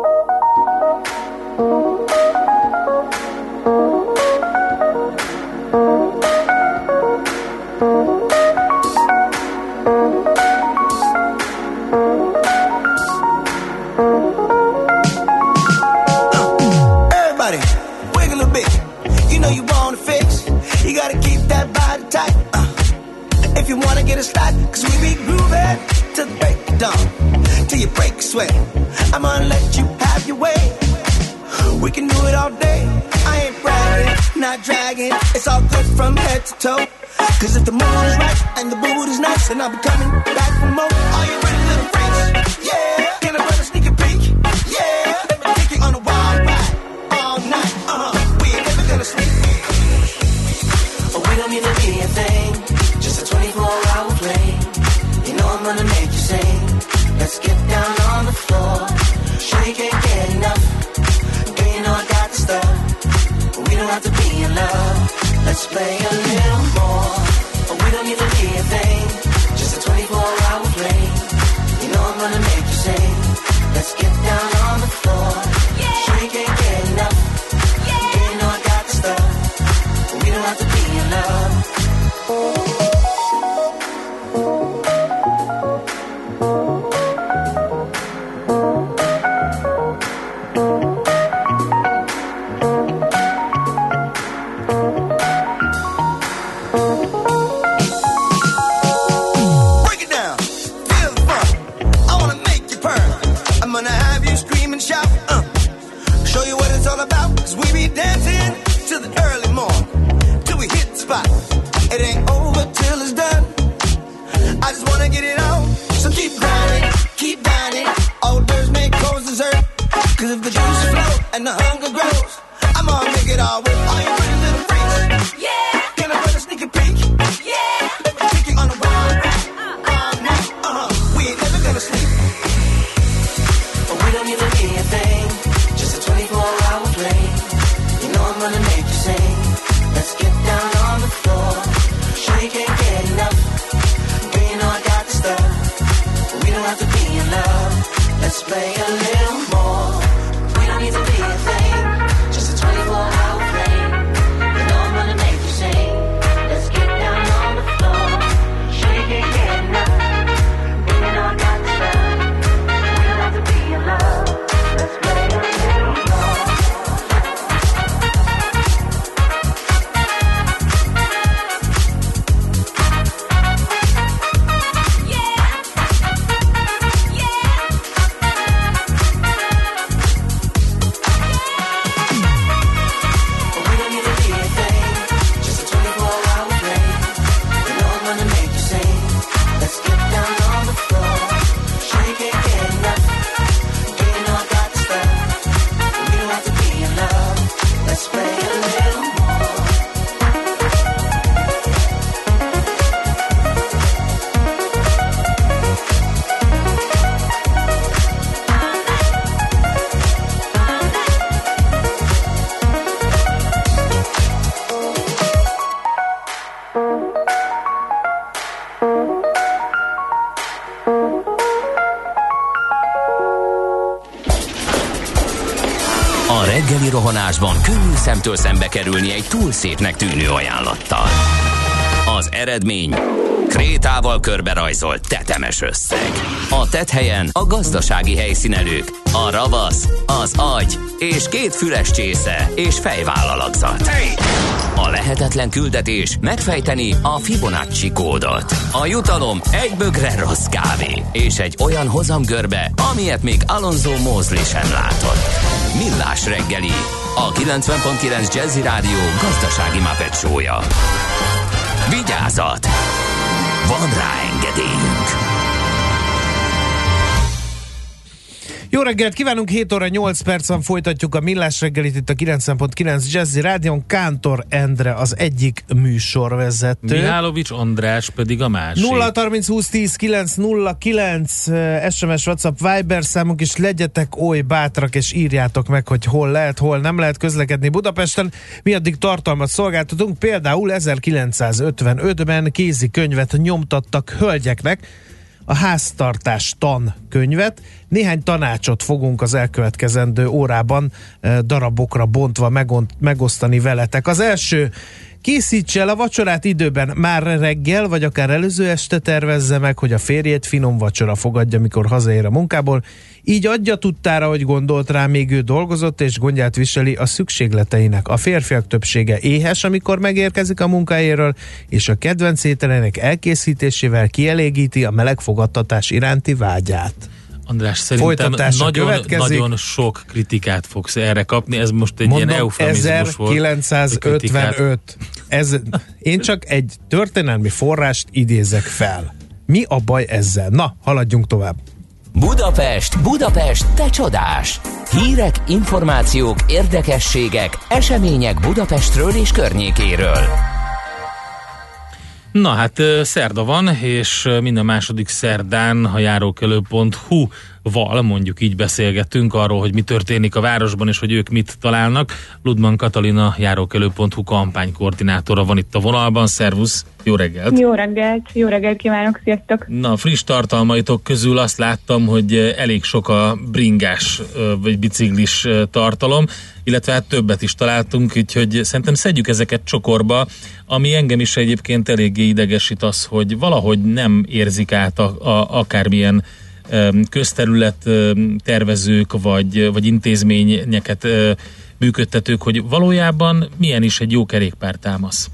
Everybody, wiggle a bit. You know you want to fix. You gotta keep that body tight. Uh, if you wanna get a start, cause we be grooving to the break of dawn, till you break a sweat. I'm gonna let you have your way. We can do it all day. I ain't bragging, not dragging. It's all good from head to toe. Cause if the mood is right and the mood is nice, then I'll be coming back for more. Are you ready, little freaks? Yeah. Can I run a sneaky peek? Yeah. Let me take you on a wild ride all night. Uh-huh. We ain't never gonna sleep. We don't need to be a thing, just a twenty-four hour play. You know I'm gonna make you say don't have to be in love. Let's play a little more. We don't need to be a thing. Just a twenty-four hour play. You know I'm gonna make you sing. Let's get down on the floor. Yeah. Sure you can't get enough. Yeah. You know I got the stuff. We don't have to be in love. Dancing till the early morning, till we hit the spot. It ain't over till it's done. I just wanna get it on, so keep grinding, keep dining. All birds make crows dessert. Cause if the juice flows and the hunger grows, I'm gonna make it all work. All you pretty little freaks, yeah. Can I put a sneaky peek? Yeah. Let me take you on the wild ride all night. Uh-huh. We ain't never gonna sleep. But we don't need to be a thing. Just a twenty-four hour play. I'm gonna make you sing. Let's get down on the floor. Sure you can't get enough. Girl, you know I got the stuff. We don't have to be in love. Let's play a little more. We don't need to be a thing. Just a twenty-four hour play. You know I'm gonna make you sing. Let's get down on the floor. Sure you can't get enough. Girl, you know I got the stuff. We don't have to be in love. Let's play a little more. Reggeli rohanásban könnyű szemtől szembe kerülni egy túl szépnek tűnő ajánlattal. Az eredmény krétával körberajzolt tetemes összeg. A tetthelyen a gazdasági helyszínelők, a ravasz, az agy és két füles csésze és fejvállalakzat. A lehetetlen küldetés megfejteni a Fibonacci kódot. A jutalom egy bögre rossz kávé és egy olyan hozamgörbe, amilyet még Alonso Mosley sem látott. Millás reggeli, a kilencven pont kilenc Jazzy Rádió gazdasági Muppet show-ja. Vigyázat! Van rá engedélyünk! Jó reggelt kívánunk, hét óra nyolc percen folytatjuk a Millás reggelit itt a kilencven pont kilenc Jazzy Rádión. Kántor Endre az egyik műsorvezető. Mihálovics András pedig a másik. nulla harminc húsz tíz kilenc nulla kilenc es em es, WhatsApp, Viber számunk, és legyetek oly bátrak, és írjátok meg, hogy hol lehet, hol nem lehet közlekedni Budapesten. Mi addig tartalmat szolgáltatunk, például ezerkilencszázötvenötben kézikönyvet nyomtattak hölgyeknek, a háztartás tankönyvet. Néhány tanácsot fogunk az elkövetkezendő órában e, darabokra bontva megont, megosztani veletek. Az első: készítse el a vacsorát időben, már reggel, vagy akár előző este tervezze meg, hogy a férjét finom vacsora fogadja, mikor hazaér a munkából. Így adja tudtára, hogy gondolt rá, még ő dolgozott, és gondját viseli a szükségleteinek. A férfiak többsége éhes, amikor megérkezik a munkájáról, és a kedvenc ételének elkészítésével kielégíti a meleg fogadtatás iránti vágyát. András, szerintem nagyon, nagyon sok kritikát fogsz erre kapni, ez most egy Mondom, ilyen eufemizmus volt. ezerkilencszázötvenöt. Ez, én csak egy történelmi forrást idézek fel. Mi a baj ezzel? Na, haladjunk tovább. Budapest, Budapest, te csodás! Hírek, információk, érdekességek, események Budapestről és környékéről. Na hát szerda van, és minden második szerdán a járókelő pont hu val, mondjuk így beszélgetünk arról, hogy mi történik a városban, és hogy ők mit találnak. Ludman Katalina, járókelő pont hu kampánykoordinátora van itt a vonalban. Szervusz, jó reggelt! Jó reggelt, jó reggelt kívánok, sziasztok! Na, friss tartalmaitok közül azt láttam, hogy elég sok a bringás vagy biciklis tartalom, illetve hát többet is találtunk, úgyhogy szerintem szedjük ezeket csokorba. Ami engem is egyébként eléggé idegesít az, hogy valahogy nem érzik át a, a, akármilyen közterület tervezők vagy, vagy intézményeket működtetők, hogy valójában milyen is egy jó kerékpártámasz.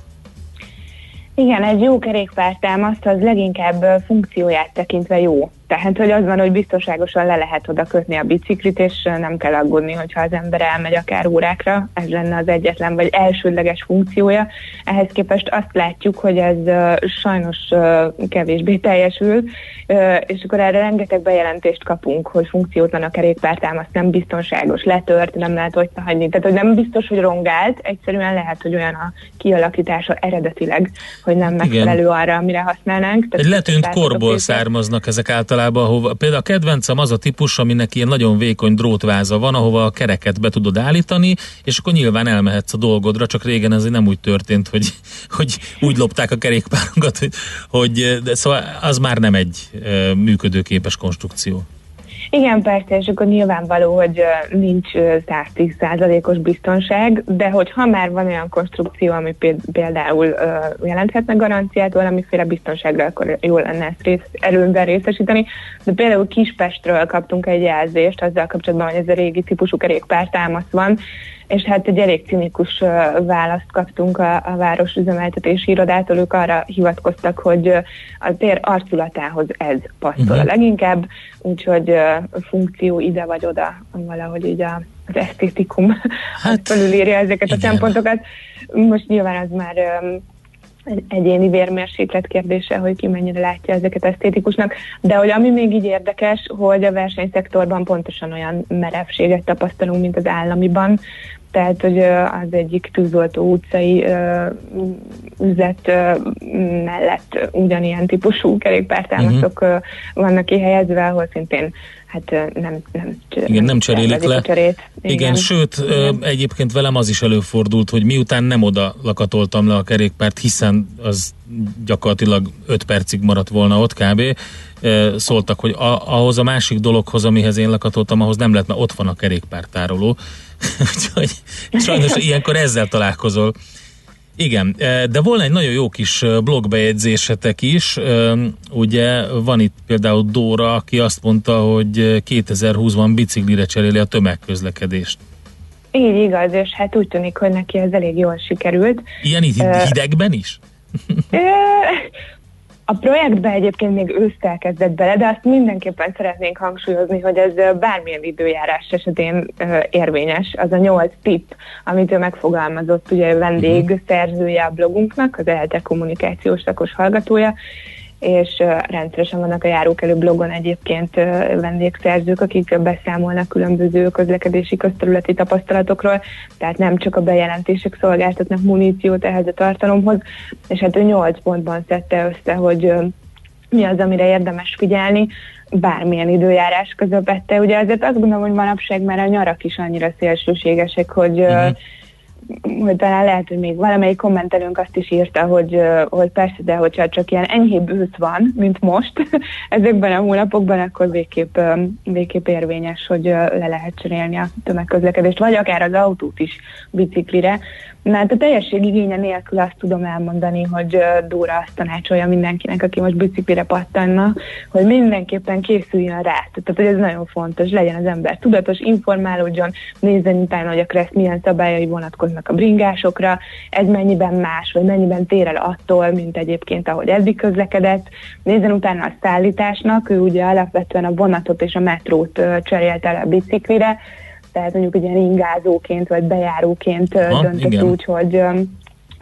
Igen, egy jó kerékpártámaszt az leginkább funkcióját tekintve jó. Tehát, hogy az van, hogy biztonságosan le lehet oda kötni a biciklit, és nem kell aggódni, hogyha az ember elmegy akár órákra, ez lenne az egyetlen vagy elsődleges funkciója. Ehhez képest azt látjuk, hogy ez uh, sajnos uh, kevésbé teljesül, uh, és akkor erre rengeteg bejelentést kapunk, hogy funkciótlan a kerékpártámasz, nem biztonságos, letört, nem lehet ott hagyni. Tehát, hogy nem biztos, hogy rongált, egyszerűen lehet, hogy olyan a kialakítása eredetileg, hogy nem megfelelő igen. arra, amire használnánk. Tehát egy letűnt korból származnak ezek általában. Ahova, például a kedvencem az a típus, aminek ilyen nagyon vékony drótváza van, ahova a kereket be tudod állítani, és akkor nyilván elmehetsz a dolgodra, csak régen ez nem úgy történt, hogy, hogy úgy lopták a kerékpárokat, hogy, hogy de szóval az már nem egy e, működőképes konstrukció. Igen, persze, és akkor nyilvánvaló, hogy nincs száz tíz százalékos biztonság, de hogyha már van olyan konstrukció, ami például jelenthetne garanciát valamiféle biztonságra, akkor jól lenne ezt rész, előnben részesíteni. De például Kispestről kaptunk egy jelzést azzal kapcsolatban, hogy ez a régi típusú kerékpártámasz van, és hát egy elég cinikus választ kaptunk a, a város üzemeltetési irodától, ők arra hivatkoztak, hogy a tér arculatához ez passzol uh-huh. leginkább, úgyhogy a funkció ide vagy oda, valahogy így a, az esztétikum hát, felülírja ezeket igen. a szempontokat. Most nyilván az már egy egyéni vérmérséklet kérdése, hogy ki mennyire látja ezeket esztétikusnak, de hogy ami még így érdekes, hogy a versenyszektorban pontosan olyan merevséget tapasztalunk, mint az államiban, tehát, hogy az egyik Tűzoltó utcai üzlet mellett ugyanilyen típusú kerékpártámaszok uh-huh. vannak kihelyezve, ahol szintén hát nem, nem, igen, nem cserélik le. Igen. Igen, sőt, Igen. egyébként velem az is előfordult, hogy miután nem oda lakatoltam le a kerékpárt, hiszen az gyakorlatilag öt percig maradt volna ott kb. Szóltak, hogy ahhoz a másik dologhoz, amihez én lakatoltam, ahhoz nem lehet, mert ott van a kerékpártároló. Úgyhogy sajnos ilyenkor ezzel találkozol. Igen, de volna egy nagyon jó kis blogbejegyzésetek is. Ugye van itt például Dóra, aki azt mondta, hogy kétezer-húszban biciklire cseréli a tömegközlekedést. Így igaz, és hát úgy tűnik, hogy neki ez elég jól sikerült. Ilyen hidegben is? A projektbe egyébként még ősszel kezdett bele, de azt mindenképpen szeretnénk hangsúlyozni, hogy ez bármilyen időjárás esetén érvényes. Az a nyolc tipp, amit ő megfogalmazott, ugye vendég szerzője a blogunknak, az ELTE kommunikációs szakos hallgatója, és rendszeresen vannak a Járókelő blogon egyébként vendégszerzők, akik beszámolnak különböző közlekedési közterületi tapasztalatokról, tehát nem csak a bejelentések szolgáltatnak muníciót ehhez a tartalomhoz, és hát ő nyolc pontban szedte össze, hogy mi az, amire érdemes figyelni, bármilyen időjárás közepette. Ugye azért azt gondolom, hogy manapság már a nyarak is annyira szélsőségesek, hogy uh-huh. hogy talán lehet, hogy még valamelyik kommentelőnk azt is írta, hogy, hogy persze, de hogyha csak ilyen enyhébb ősz van, mint most ezekben a hónapokban, akkor végképp, végképp érvényes, hogy le lehet cserélni a tömegközlekedést, vagy akár az autót is biciklire. Na hát a teljesség igénye nélkül azt tudom elmondani, hogy Dóra azt tanácsolja mindenkinek, aki most biciklire pattanna, hogy mindenképpen készüljön rá. Tehát, hogy ez nagyon fontos, legyen az ember tudatos, informálódjon, nézzen utána, hogy a KRESZ milyen szabályai vonatkoznak a bringásokra, ez mennyiben más, vagy mennyiben tér el attól, mint egyébként, ahogy eddig közlekedett. Nézzen utána a szállításnak, ő ugye alapvetően a vonatot és a metrót cserélte el a biciklire, tehát mondjuk egy ilyen ingázóként vagy bejáróként ha, döntött igen. úgy, hogy,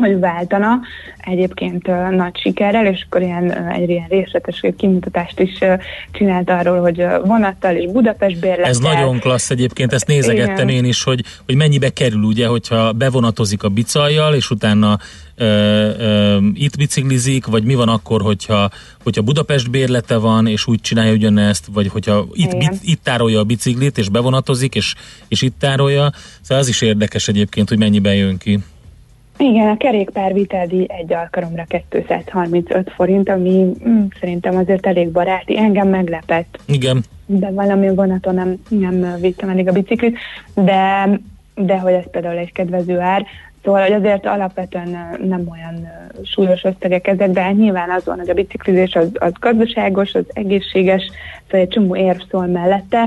hogy váltana, egyébként uh, nagy sikerrel, és akkor ilyen, uh, egy ilyen részletes kimutatást is uh, csinált arról, hogy uh, vonattal és Budapest bérlettel. Ez nagyon klassz egyébként, ezt nézegettem igen. én is, hogy, hogy mennyibe kerül, ugye, hogyha bevonatozik a bicajjal, és utána uh, uh, itt biciklizik, vagy mi van akkor, hogyha, hogyha Budapest bérlete van, és úgy csinálja ugyanezt, vagy hogyha itt, bit, itt tárolja a biciklit, és bevonatozik, és, és itt tárolja. Szóval az is érdekes egyébként, hogy mennyiben jön ki. Igen, a kerékpárviteldíj egy alkalomra kétszázharmincöt forint, ami mm, szerintem azért elég baráti. Engem meglepett. Igen. De valami vonaton nem, nem vittem elég a biciklit, de, de hogy ez például egy kedvező ár. Szóval, hogy azért alapvetően nem olyan súlyos összegek ezek, de hát nyilván az van, hogy a biciklizés az, az gazdaságos, az egészséges, szóval egy csomó érv szól mellette,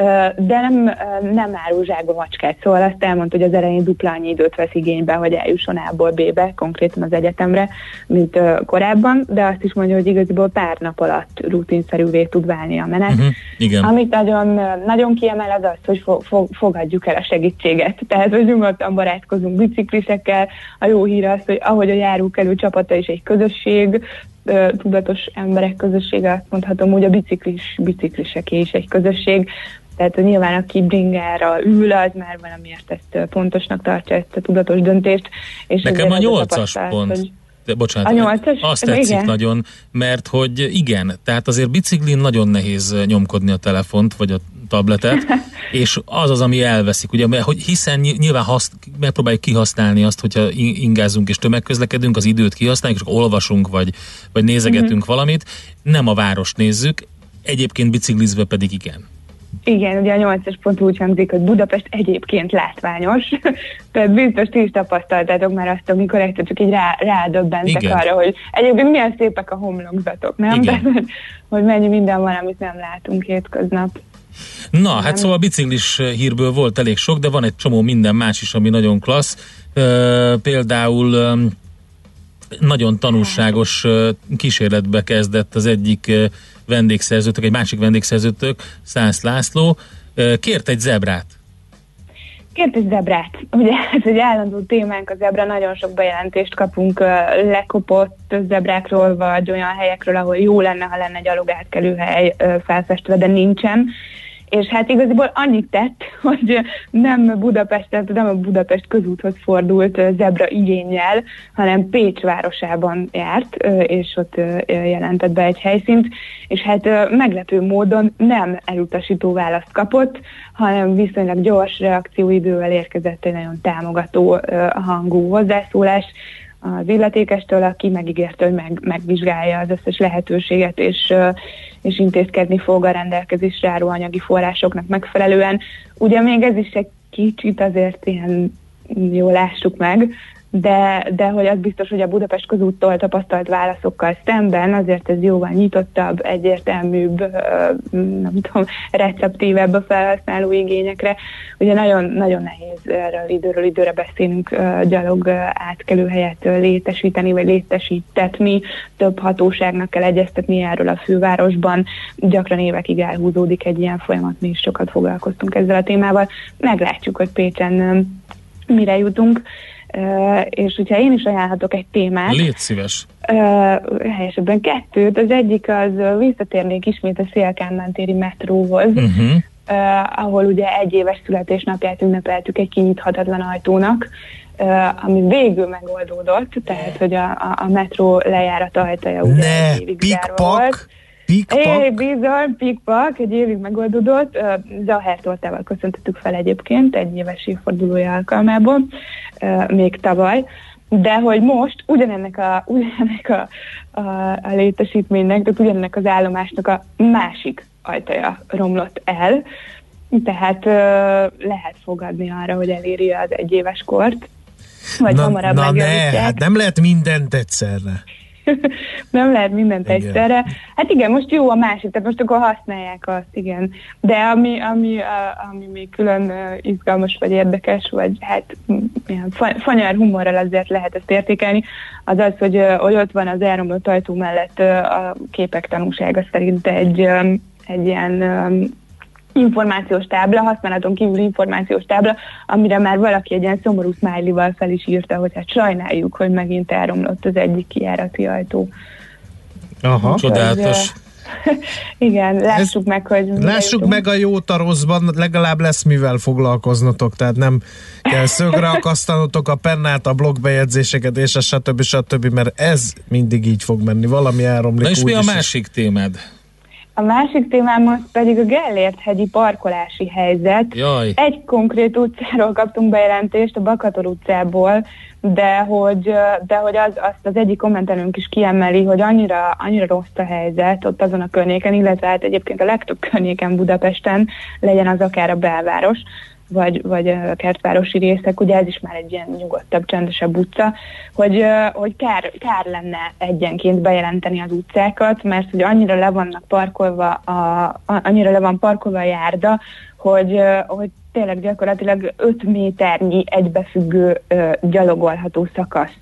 de nem, nem árul zsákba macskát. Szóval azt elmondta, hogy az elején dupla annyi időt vesz igénybe, hogy eljusson A-ból B-be, konkrétan az egyetemre, mint korábban, de azt is mondja, hogy igaziból pár nap alatt rutinszerűvé tud válni a menet. Uh-huh, igen. Amit nagyon, nagyon kiemel az az, hogy fo- fo- fogadjuk el a segítséget. Tehát, hogy nyugodtan barátkozunk biciklisekkel. A jó hír az, hogy ahogy a járókelő csapata is egy közösség, tudatos emberek közössége, azt mondhatom, hogy a biciklis, bicikliseké is egy közösség. Tehát nyilván aki bringára ül, az már valamiért ezt pontosnak tartja, ezt a tudatos döntést. És nekem a nyolcas pont. Hogy de, bocsánat, a nyolcas? Azt tetszik igen. nagyon, mert hogy igen, tehát azért biciklin nagyon nehéz nyomkodni a telefont, vagy a tabletet, és az az, ami elveszik, ugye, mert, hogy hiszen nyilván hasz, megpróbáljuk kihasználni azt, hogyha ingázunk és tömegközlekedünk, az időt kihasználjuk, és akkor olvasunk, vagy, vagy nézegetünk uh-huh. valamit, nem a várost nézzük, egyébként biciklizve pedig igen. Igen, ugye a nyolcas pont úgy hangzik, hogy Budapest egyébként látványos, tehát biztos ti is tapasztaltátok már azt, amikor egyszer csak így rá, rádöbbentek igen. arra, hogy egyébként milyen szépek a homlokzatok, nem? De, hogy mennyi minden van, amit nem látunk hétköznap. Na, hát szóval a biciklis hírből volt elég sok, de van egy csomó minden más is, ami nagyon klassz. Uh, például um, nagyon tanulságos uh, kísérletbe kezdett az egyik uh, vendégszerzőtök, egy másik vendégszerzőtök, Szász László, uh, kért egy zebrát. Kért egy zebrát. Ugye ez egy állandó témánk, a zebra, nagyon sok bejelentést kapunk uh, lekopott zebrákról, vagy olyan helyekről, ahol jó lenne, ha lenne gyalogátkelőhely uh, felfestve, de nincsen. És hát igaziból annyit tett, hogy nem Budapestet, nem a Budapest közúthoz fordult zebra igénnyel, hanem Pécs városában járt, és ott jelentett be egy helyszínt, és hát meglepő módon nem elutasító választ kapott, hanem viszonylag gyors reakcióidővel érkezett egy nagyon támogató hangú hozzászólás az illetékestől, aki megígérte, hogy meg, megvizsgálja az összes lehetőséget, és, és intézkedni fog a rendelkezésre álló anyagi forrásoknak megfelelően. Ugye még ez is egy kicsit azért ilyen, jól lássuk meg, de, de hogy az biztos, hogy a Budapest közúttól tapasztalt válaszokkal szemben azért ez jóval nyitottabb, egyértelműbb, nem tudom, receptívebb a felhasználó igényekre. Ugye nagyon, nagyon nehéz erről időről időre beszélünk gyalog átkelőhelyet létesíteni, vagy létesítetni, több hatóságnak kell egyeztetni erről a fővárosban, gyakran évekig elhúzódik egy ilyen folyamat, mi is sokat foglalkoztunk ezzel a témával. Meglátjuk, hogy Pécsen mire jutunk. Uh, és hogyha én is ajánlhatok egy témát. Légy szíves. Uh, helyesebben kettőt. Az egyik az uh, visszatérnék ismét a Széll-Kálmán téri metróhoz, uh-huh. uh, ahol ugye egy éves születésnapját ünnepeltük egy kinyithatatlan ajtónak, uh, ami végül megoldódott, tehát hogy a, a, a metró lejárata ajtaja ugye ne, egy évig zárva volt. Pikpak? É, bizony, pikpak, egy évig megoldódott. Zahár tortával köszöntettük fel egyébként egy éves évfordulója alkalmából, még tavaly, de hogy most ugyanennek a, ugyanennek a, a, a létesítménynek, tehát ugyanennek az állomásnak a másik ajtaja romlott el, tehát lehet fogadni arra, hogy eléri az egyéves kort, vagy na, hamarabb na megjavítják. Ne, hát nem lehet mindent egyszerre. Nem lehet mindent igen. egyszerre. Hát igen, most jó a másik, tehát most akkor használják azt, igen. De ami, ami, ami még külön izgalmas, vagy érdekes, vagy hát ilyen fanyar humorral azért lehet ezt értékelni, az az, hogy, hogy ott van az elromlott ajtó mellett a képek tanúsága szerint egy, egy ilyen információs tábla, használaton kívül információs tábla, amire már valaki egy ilyen szomorú smiley-val fel is írta, hogy hát sajnáljuk, hogy megint elromlott az egyik kijárati ajtó. Aha. Csodálatos. Igen, lássuk Ez, meg, hogy... Lássuk meg a jót a rosszban, legalább lesz mivel foglalkoznotok, tehát nem kell szögre akasztanotok a pennát, a blogbejegyzéseket, és a stb. stb., mert ez mindig így fog menni, valami elromlik. Na és mi a is másik témád? A másik témám az pedig a Gellért-hegyi parkolási helyzet. Jaj. Egy konkrét utcáról kaptunk bejelentést, a Bakator utcából, de hogy, de hogy az, azt az egyik kommentelőnk is kiemeli, hogy annyira, annyira rossz a helyzet ott azon a környéken, illetve hát egyébként a legtöbb környéken Budapesten, legyen az akár a belváros, vagy, vagy a kertvárosi részek, ugye ez is már egy ilyen nyugodtabb, csendesebb utca, hogy, hogy kár, kár lenne egyenként bejelenteni az utcákat, mert hogy annyira le vannak parkolva a, annyira le van parkolva a járda, hogy, hogy tényleg gyakorlatilag öt méternyi egybefüggő gyalogolható szakasz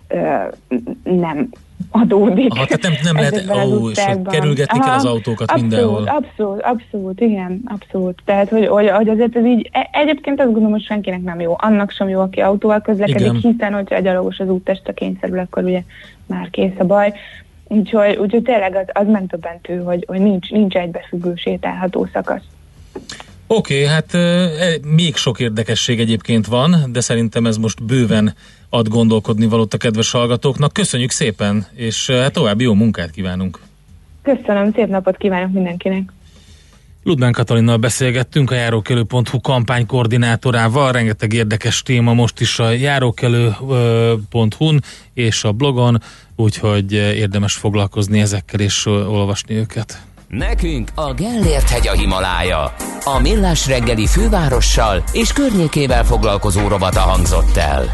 nem adódik. Aha, tehát nem, nem lehet, ó, és kerülgetni kell az autókat abszolút, mindenhol. Abszolút, abszolút, igen, abszolút. Tehát, hogy, hogy, hogy azért ez így, egyébként azt gondolom, hogy senkinek nem jó. Annak sem jó, aki autóval közlekedik, igen. Hiszen, hogyha a gyalogos az úttestre kényszerül, akkor ugye már kész a baj. Úgyhogy, úgyhogy tényleg az, az megdöbbentő, hogy, hogy nincs, nincs egybefüggő sétálható szakasz. Oké, okay, hát e, még sok érdekesség egyébként van, de szerintem ez most bőven ad gondolkodni valót a kedves hallgatóknak. Köszönjük szépen, és hát további jó munkát kívánunk. Köszönöm, szép napot kívánok mindenkinek. Ludmán Katalinnal beszélgettünk, a járókelő pont hu kampánykoordinátorával. Rengeteg érdekes téma most is a járókelő pont hu-n és a blogon, úgyhogy érdemes foglalkozni ezekkel és olvasni őket. Nekünk a Gellért-hegy a Himalája. A Millás reggeli fővárossal és környékével foglalkozó rovata hangzott el.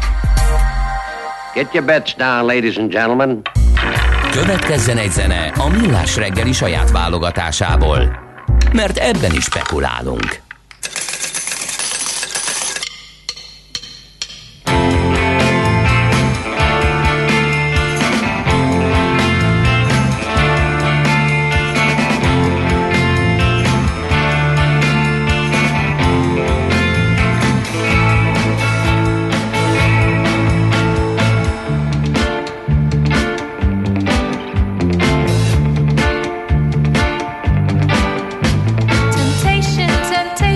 Get your bets down, ladies and gentlemen. Következzen egy zene a Millás reggeli saját válogatásából, mert ebben is spekulálunk. Temptation, temptation.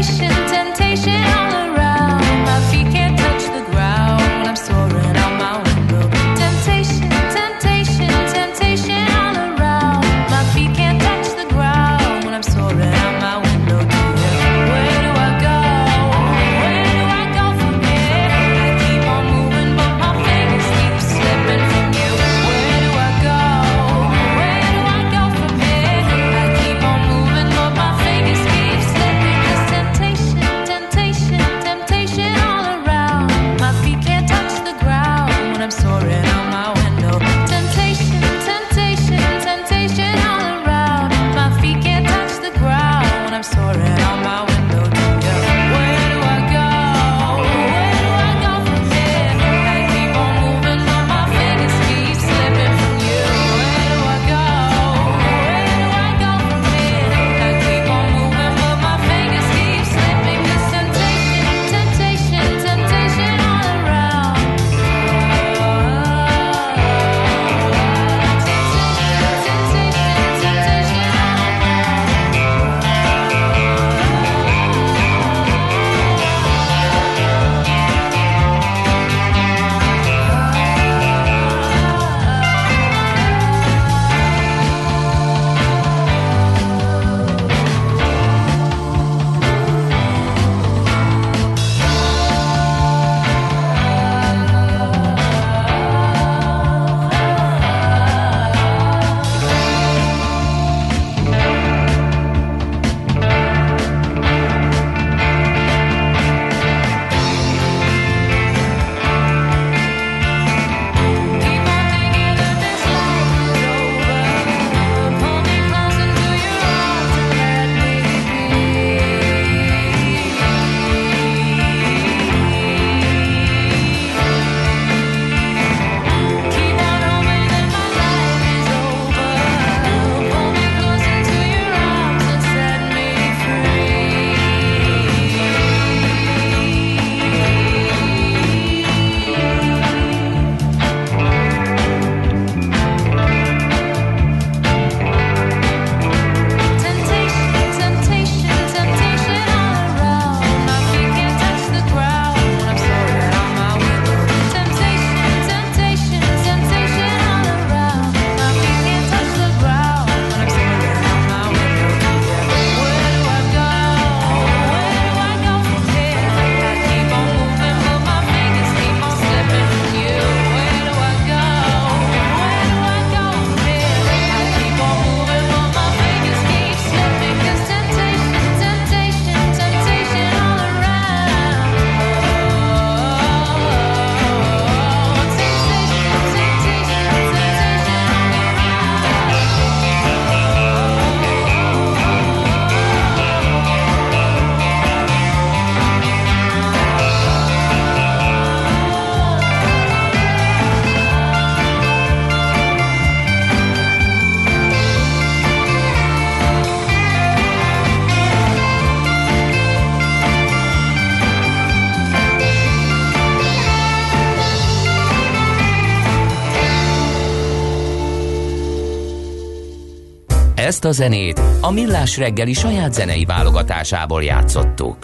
Ezt a zenét a Millás reggeli saját zenei válogatásából játszottuk.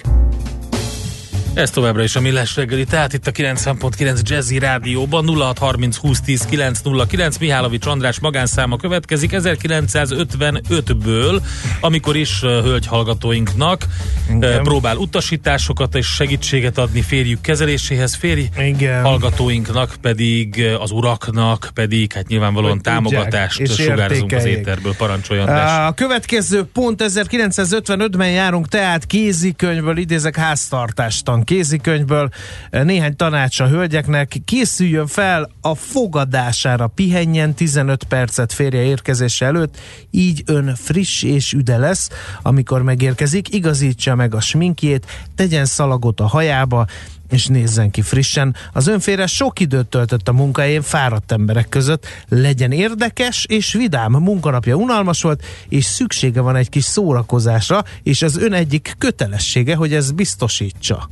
Ez továbbra is a Millás reggeli, tehát itt a kilencven pont kilenc Jazzy Rádióban. Nulla hat harminc húsz tíz kilenc nulla kilenc. Mihálovics András magánszáma következik ezerkilencszázötvenötből, amikor is uh, hölgyhallgatóinknak uh, próbál utasításokat és segítséget adni férjük kezeléséhez, férj Igen. hallgatóinknak pedig, uh, az uraknak pedig, hát nyilvánvalóan hogy támogatást sugárzunk az éterből. Parancsoljon, András. A következő pont ezerkilencszázötvenötben járunk, tehát kézikönyvből idézek, háztartástan kézikönyvből, néhány tanács a hölgyeknek: készüljön fel a fogadására, pihenjen tizenöt percet férje érkezése előtt, így ön friss és üde lesz, amikor megérkezik, igazítsa meg a sminkjét, tegyen szalagot a hajába, és nézzen ki frissen. Az önférje sok időt töltött a munkahelyén fáradt emberek között, legyen érdekes és vidám. Munkanapja unalmas volt, és szüksége van egy kis szórakozásra, és az ön egyik kötelessége, hogy ez biztosítsa.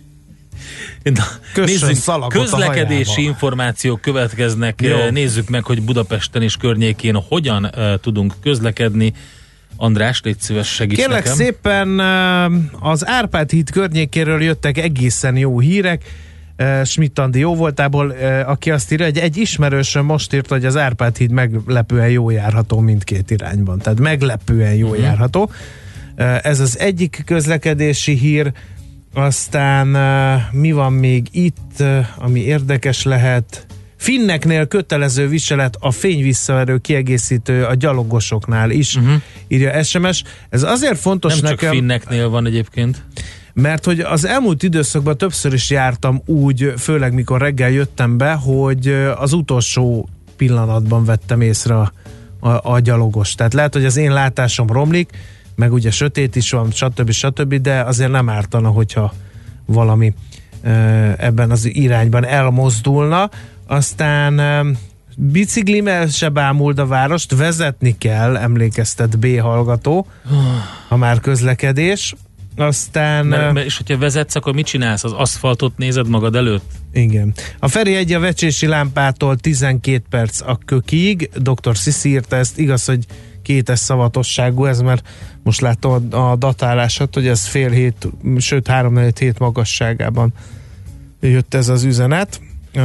Na, nézzük, közlekedési információk következnek. Jó. Nézzük meg, hogy Budapesten és környékén hogyan uh, tudunk közlekedni. András, légy szíves, segíts Kérlek nekem. szépen, az Árpád híd környékéről jöttek egészen jó hírek. Schmidt Andi jó voltából, aki azt írja, hogy egy ismerősöm most írt, hogy az Árpád híd meglepően jó járható mindkét irányban. Tehát meglepően jó uh-huh. járható. Ez az egyik közlekedési hír. Aztán mi van még itt, ami érdekes lehet? Finneknél kötelező viselet a fényvisszaverő kiegészítő a gyalogosoknál is, uh-huh. írja es em es. Ez azért fontos Nem nekem... csak finneknél van egyébként. Mert hogy az elmúlt időszakban többször is jártam úgy, főleg mikor reggel jöttem be, hogy az utolsó pillanatban vettem észre a, a, a gyalogos. Tehát lehet, hogy az én látásom romlik, meg ugye sötét is van, stb. stb., de azért nem ártana, hogyha valami ebben az irányban elmozdulna. Aztán biciklimmel se bámuld a várost, vezetni kell, emlékeztet B hallgató, ha már közlekedés. Aztán... Mert, mert, és hogyha vezetsz, akkor mit csinálsz? Az aszfaltot nézed magad előtt? Igen. A Feri egy a Vecsési lámpától tizenkét perc a Kökiig. doktor Sziszi írta ezt, igaz, hogy kétes szavatosságú ez, mert most látom a datálását, hogy ez fél hét, sőt három-négy hét magasságában jött ez az üzenet. Uh,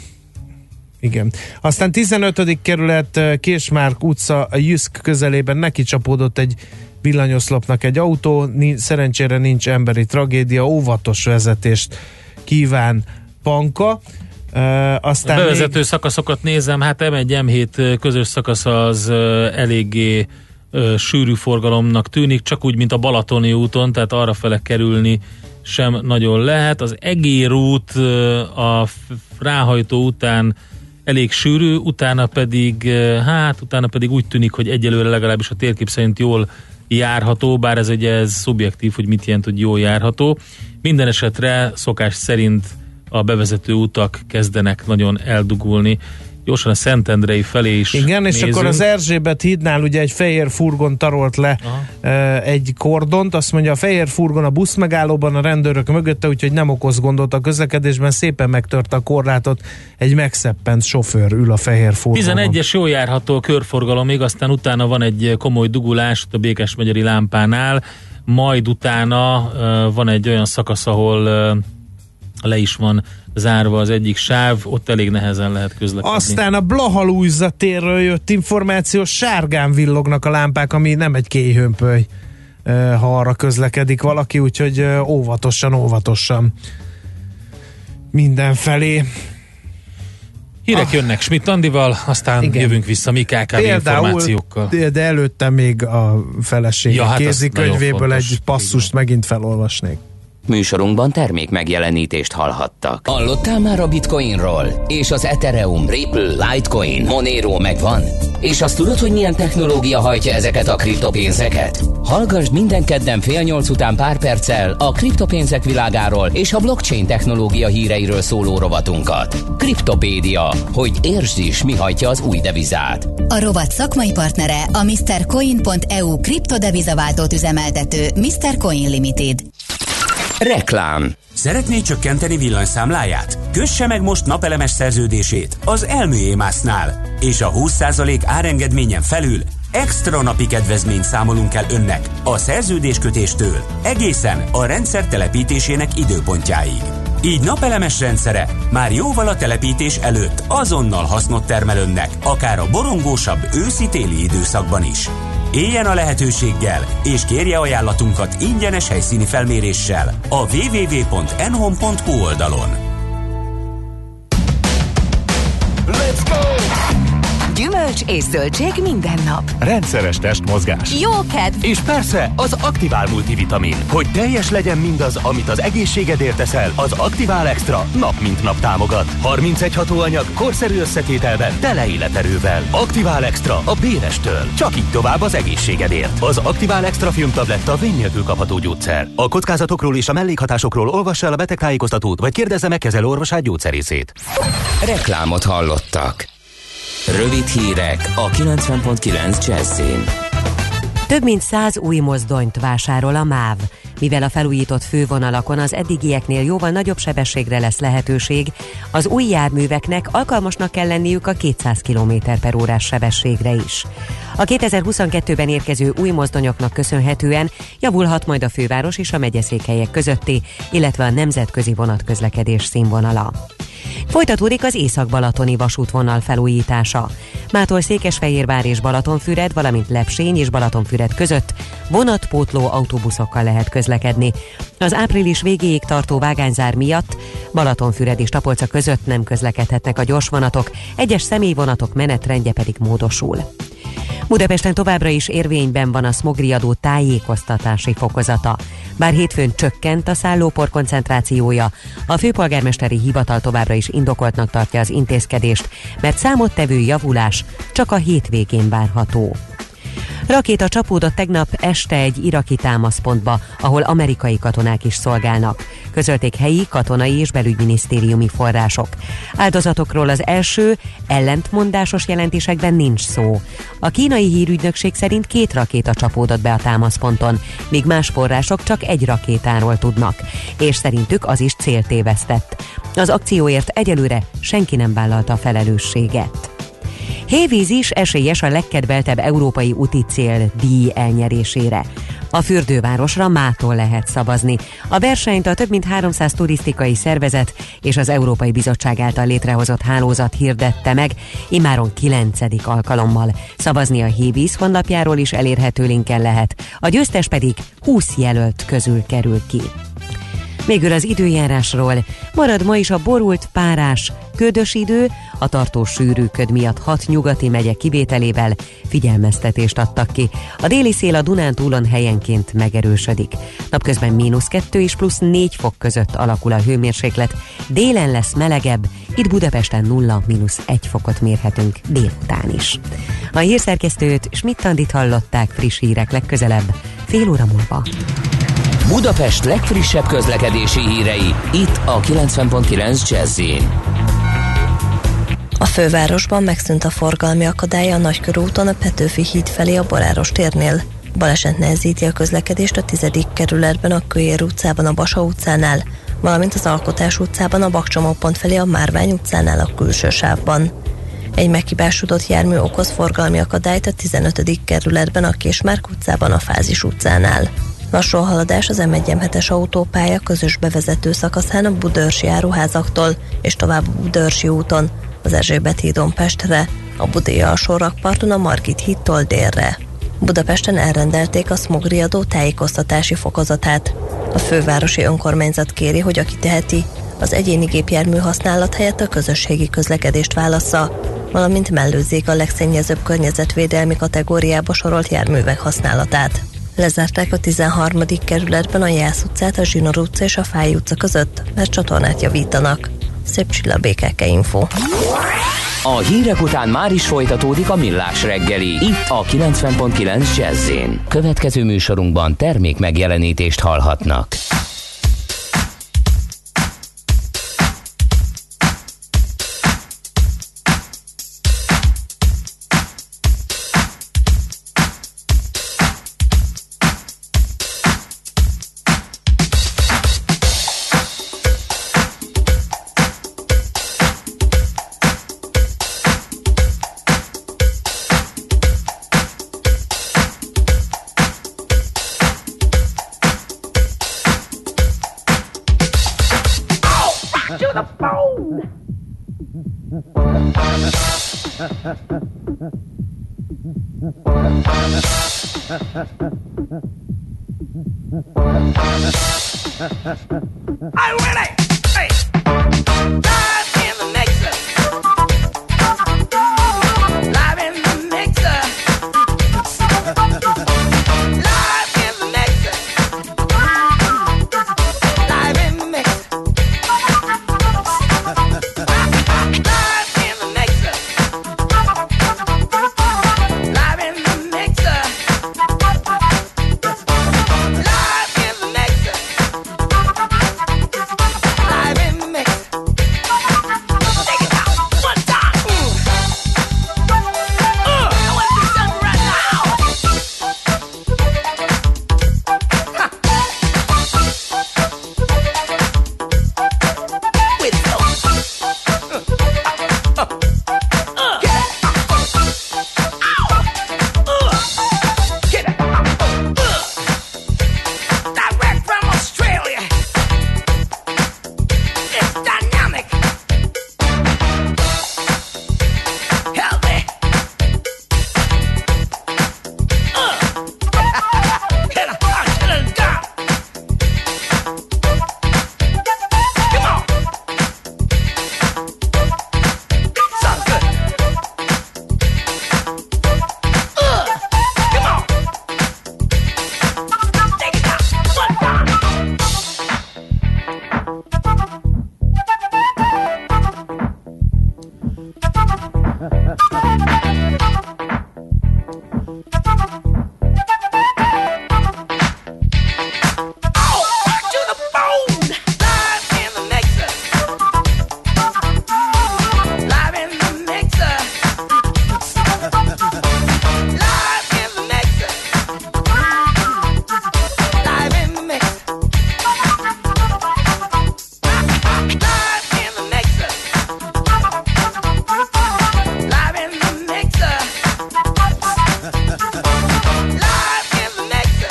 igen. Aztán tizenötödik kerület, Késmárk utca, a Jüszk közelében neki csapódott egy villanyoszlopnak egy autó, szerencsére nincs emberi tragédia, óvatos vezetést kíván Panka. Uh, aztán a bevezető még... szakaszokat nézem, hát em egy em hét közös szakasz az uh, eléggé uh, sűrű forgalomnak tűnik, csak úgy, mint a Balatoni úton, tehát arrafele kerülni sem nagyon lehet. Az Egér út uh, a ráhajtó után elég sűrű, utána pedig uh, hát utána pedig úgy tűnik, hogy egyelőre legalábbis a térkép szerint jól járható, bár ez ugye ez szubjektív, hogy mit jelent, hogy jól járható. Minden esetre szokás szerint a bevezető utak kezdenek nagyon eldugulni. Jósan a Szentendrei felé is Igen, és nézünk. akkor az Erzsébet hídnál ugye egy fehér furgon tarolt le Aha. egy kordont, azt mondja, a fehér furgon a buszmegállóban, a rendőrök mögötte, úgyhogy nem okoz gondot a közlekedésben, szépen megtörte a korlátot, egy megszeppent sofőr ül a fehér furgonon. tizenegyes jól járható a körforgalomig, aztán utána van egy komoly dugulás a Békesmegyeri lámpánál, majd utána uh, van egy olyan szakasz, ahol uh, le is van zárva az egyik sáv, ott elég nehezen lehet közlekedni. Aztán a Blaha-Lujza térről jött információ, sárgán villognak a lámpák, ami nem egy kéjhömpöly, ha arra közlekedik valaki, úgyhogy óvatosan, óvatosan mindenfelé. Hírek ah. jönnek Schmidt Andival, aztán igen. jövünk vissza mi ká ká vé információkkal. De előtte még a feleség ja, hát kézikönyvéből egy passzust megint felolvasnék. Műsorunkban termék megjelenítést hallhattak. Hallottál már a Bitcoinról? És az Ethereum, Ripple, Litecoin, Monero megvan? És azt tudod, hogy milyen technológia hajtja ezeket a kriptopénzeket? Hallgasd minden kedden fél nyolc után pár perccel a kriptopénzek világáról és a blockchain technológia híreiről szóló rovatunkat. Kriptopédia, hogy értsd is, mi hajtja az új devizát. A rovat szakmai partnere a mister coin pont e u kriptodevizaváltót üzemeltető mister Coin Limited. Reklám. Szeretné csökkenteni villanyszámláját? Kösse meg most napelemes szerződését az Elmű Émásznál, és a húsz százalék árengedményen felül Extra napi kedvezményt számolunk el önnek a szerződéskötéstől egészen a rendszer telepítésének időpontjáig. Így napelemes rendszere már jóval a telepítés előtt azonnal hasznot termel önnek, akár a borongósabb őszi-téli időszakban is. Éljen a lehetőséggel, és kérje ajánlatunkat ingyenes helyszíni felméréssel a double-u double-u double-u pont enhome pont hu oldalon. Let's go! Gyümölcs és zöldség minden nap. Rendszeres testmozgás. Jó kedv! És persze az Aktivál multivitamin. Hogy teljes legyen mindaz, amit az egészségedért teszel, az Aktivál Extra nap mint nap támogat. harmincegy hatóanyag, korszerű összetételben, tele életerővel. Aktivál Extra a Bérestől. Csak így tovább az egészségedért. Az Aktivál Extra filmtabletta vény nélkül kapható gyógyszer. A kockázatokról és a mellékhatásokról olvassa el a betegtájékoztatót, vagy kérdezze meg kezelőorvosát, gyógyszerészét. Reklámot hallottak. Rövid hírek a kilencven pont kilenc Jazzyn. Több mint száz új mozdonyt vásárol a MÁV. Mivel a felújított fővonalakon az eddigieknél jóval nagyobb sebességre lesz lehetőség, az új járműveknek alkalmasnak kell lenniük a kétszáz kilométer per órás sebességre is. A kétezer-huszonkettőben érkező új mozdonyoknak köszönhetően javulhat majd a főváros és a megyeszékhelyek közötti, illetve a nemzetközi vonatközlekedés színvonala. Folytatódik az észak-balatoni vasútvonal felújítása. Mától Székesfehérvár és Balatonfüred, valamint Lepsény és Balatonfüred között vonatpótló autóbuszokkal lehet közlekedni. Az április végéig tartó vágányzár miatt Balatonfüred és Tapolca között nem közlekedhetnek a gyorsvonatok, egyes személyvonatok menetrendje pedig módosul. Budapesten továbbra is érvényben van a szmogriadó tájékoztatási fokozata. Bár hétfőn csökkent a szállópor koncentrációja, a főpolgármesteri hivatal továbbra is indokoltnak tartja az intézkedést, mert számottevő javulás csak a hétvégén várható. Rakéta csapódott tegnap este egy iraki támaszpontba, ahol amerikai katonák is szolgálnak. Közölték helyi, katonai és belügyminisztériumi források. Áldozatokról az első, ellentmondásos jelentésekben nincs szó. A kínai hírügynökség szerint két rakéta csapódott be a támaszponton, míg más források csak egy rakétáról tudnak, és szerintük az is céltévesztett. Az akcióért egyelőre senki nem vállalta a felelősséget. Hévíz is esélyes a legkedveltebb európai úti cél díj elnyerésére. A fürdővárosra mától lehet szavazni. A versenyt a több mint háromszáz turisztikai szervezet és az Európai Bizottság által létrehozott hálózat hirdette meg, immáron kilencedik alkalommal. Szavazni a Hévíz honlapjáról is elérhető linken lehet, a győztes pedig húsz jelölt közül kerül ki. Végül az időjárásról. Marad ma is a borult, párás, ködös idő, a tartós sűrű köd miatt hat nyugati megye kivételével figyelmeztetést adtak ki. A déli szél a Dunántúlon helyenként megerősödik. Napközben mínusz kettő és plusz négy fok között alakul a hőmérséklet. Délen lesz melegebb, itt Budapesten nulla mínusz egy fokot mérhetünk délután is. A hírszerkesztőt, Schmidt-Andit hallották, friss hírek legközelebb, fél óra múlva. Budapest legfrissebb közlekedési hírei, itt a kilencven pont kilenc Jazzyn. A fővárosban megszűnt a forgalmi akadály a Nagykörúton a Petőfi híd felé a Boráros térnél. Baleset nehezíti a közlekedést a tizedik kerületben a Kőér utcában a Basa utcánál, valamint az Alkotás utcában a Bakcsomópont felé a Márvány utcánál a külső sávban. Egy meghibásodott jármű okoz forgalmi akadályt a tizenötödik kerületben a Késmárk utcában a Fázis utcánál. Lassú haladás az M egy M hetes autópálya közös bevezető szakaszán a Budaörsi áruházaktól és tovább a Budaörsi úton, az Erzsébet hídon Pestre, a Budai alsó rakparton a Margit hídtól délre. Budapesten elrendelték a szmogriadó tájékoztatási fokozatát. A fővárosi önkormányzat kéri, hogy aki teheti, az egyéni gépjármű használat helyett a közösségi közlekedést válassza, valamint mellőzzék a legszennyezőbb környezetvédelmi kategóriába sorolt járművek használatát. Lezárták a tizenharmadik kerületben a Jász utcát a Zsinór utca és a Fáy utca között, mert csatornát javítanak. Szép Csilla, bé ká ká Info. A hírek után már is folytatódik a Millás reggeli, itt a kilencven pont kilenc Jazzyn. Következő műsorunkban termék megjelenítést hallhatnak. I ready. Hey. Live in the mixer. Live in the mixer. Live in the mixer. Live in the mixer. Live in the mixer. Live in the mixer. Live in the mixer. Live in the mix. Take it out one time. Ooh. Uh, I want to do something right now. Ha. With those. Uh, uh, uh. Get it. Ow. Uh. Get it. Uh. Direct from Australia. It's dynamic, healthy. Uh. Get it, uh, get it down. Come on. Sounds good. Uh. Come on. Take it down one time. Oh, to the bone! Live in the mixer. Live in the mixer. Live in the mixer. Live in the mixer. Live in the mixer. Live in the mixer. Live in the mixer.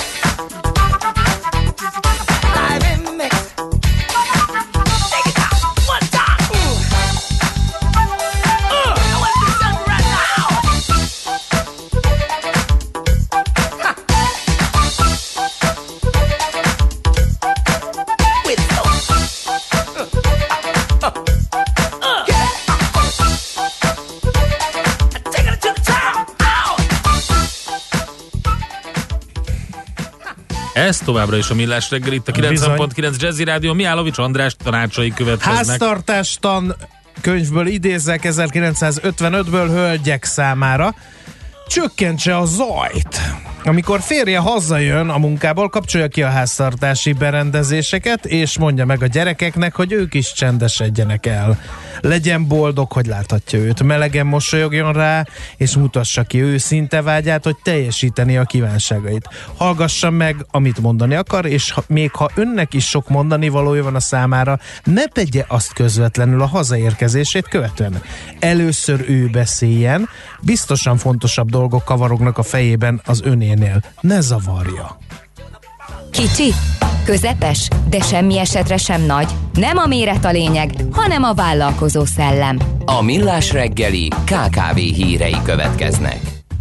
Live in the mix. Take it out one time. Ooh. Uh, I want to do something right now. Ha. With those. Uh, uh, uh. Get it. Take it to the top. Ow. Ez továbbra is a Millás reggel, itt a kilencven pont kilenc Jazzy Rádió. Mihálovics András tanácsai következnek. Háztartástan könyvből idézek ezerkilencszázötvenötből hölgyek számára. Csökkentse a zajt. Amikor férje hazajön a munkából, kapcsolja ki a háztartási berendezéseket, és mondja meg a gyerekeknek, hogy ők is csendesedjenek el. Legyen boldog, hogy láthatja őt. Melegen mosolyogjon rá, és mutassa ki őszinte vágyát, hogy teljesíteni a kívánságait. Hallgassa meg, amit mondani akar, és ha, még ha önnek is sok mondani valója van a számára, ne tegye azt közvetlenül a hazaérkezését követően. Először ő beszéljen, biztosan fontosabb dolgok kavarognak a fejében az önénél. Ne zavarja. Kicsi, közepes, de semmi esetre sem nagy. Nem a méret a lényeg, hanem a vállalkozó szellem. A Millás reggeli ká ká vé hírei következnek.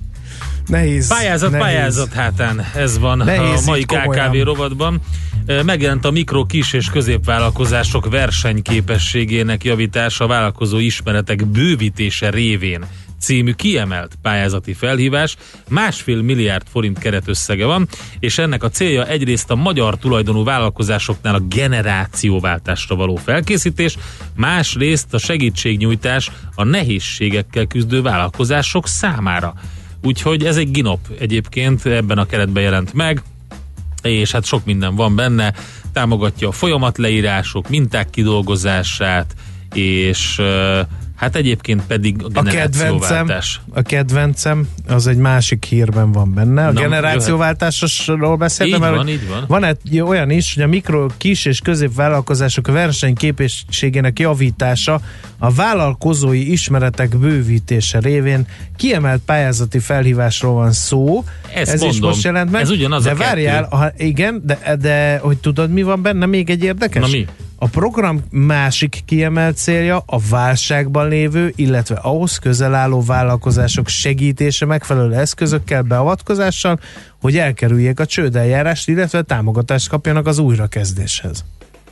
Nehéz. Pályázat, nehéz. pályázat hátán. Ez van Nehéz, a mai így ká ká vé komolyan. rovatban. Megjelent a mikro, kis és középvállalkozások versenyképességének javítása, a vállalkozó ismeretek bővítése révén című kiemelt pályázati felhívás. Másfél milliárd forint keretösszege van, és ennek a célja egyrészt a magyar tulajdonú vállalkozásoknál a generációváltásra való felkészítés, másrészt a segítségnyújtás a nehézségekkel küzdő vállalkozások számára. Úgyhogy ez egy ginop egyébként, ebben a keretben jelent meg, és hát sok minden van benne, támogatja a folyamatleírások, minták kidolgozását, és hát egyébként pedig a generációváltás. A kedvencem, az egy másik hírben van benne. A Na, generációváltásról beszéltem. Így mert van, így van. Van egy olyan is, hogy a mikro, kis és középvállalkozások versenyképességének javítása a vállalkozói ismeretek bővítése révén kiemelt pályázati felhívásról van szó. Ezt Ez mondom. is most jelent meg. Ez ugyanaz de a várjál, kettő. ha, igen, de, de hogy tudod, mi van benne? Még egy érdekes? Na mi? A program másik kiemelt célja a válságban lévő, illetve ahhoz közel álló vállalkozások segítése megfelelő eszközökkel, beavatkozással, hogy elkerüljék a csődeljárást, illetve támogatást kapjanak az újrakezdéshez.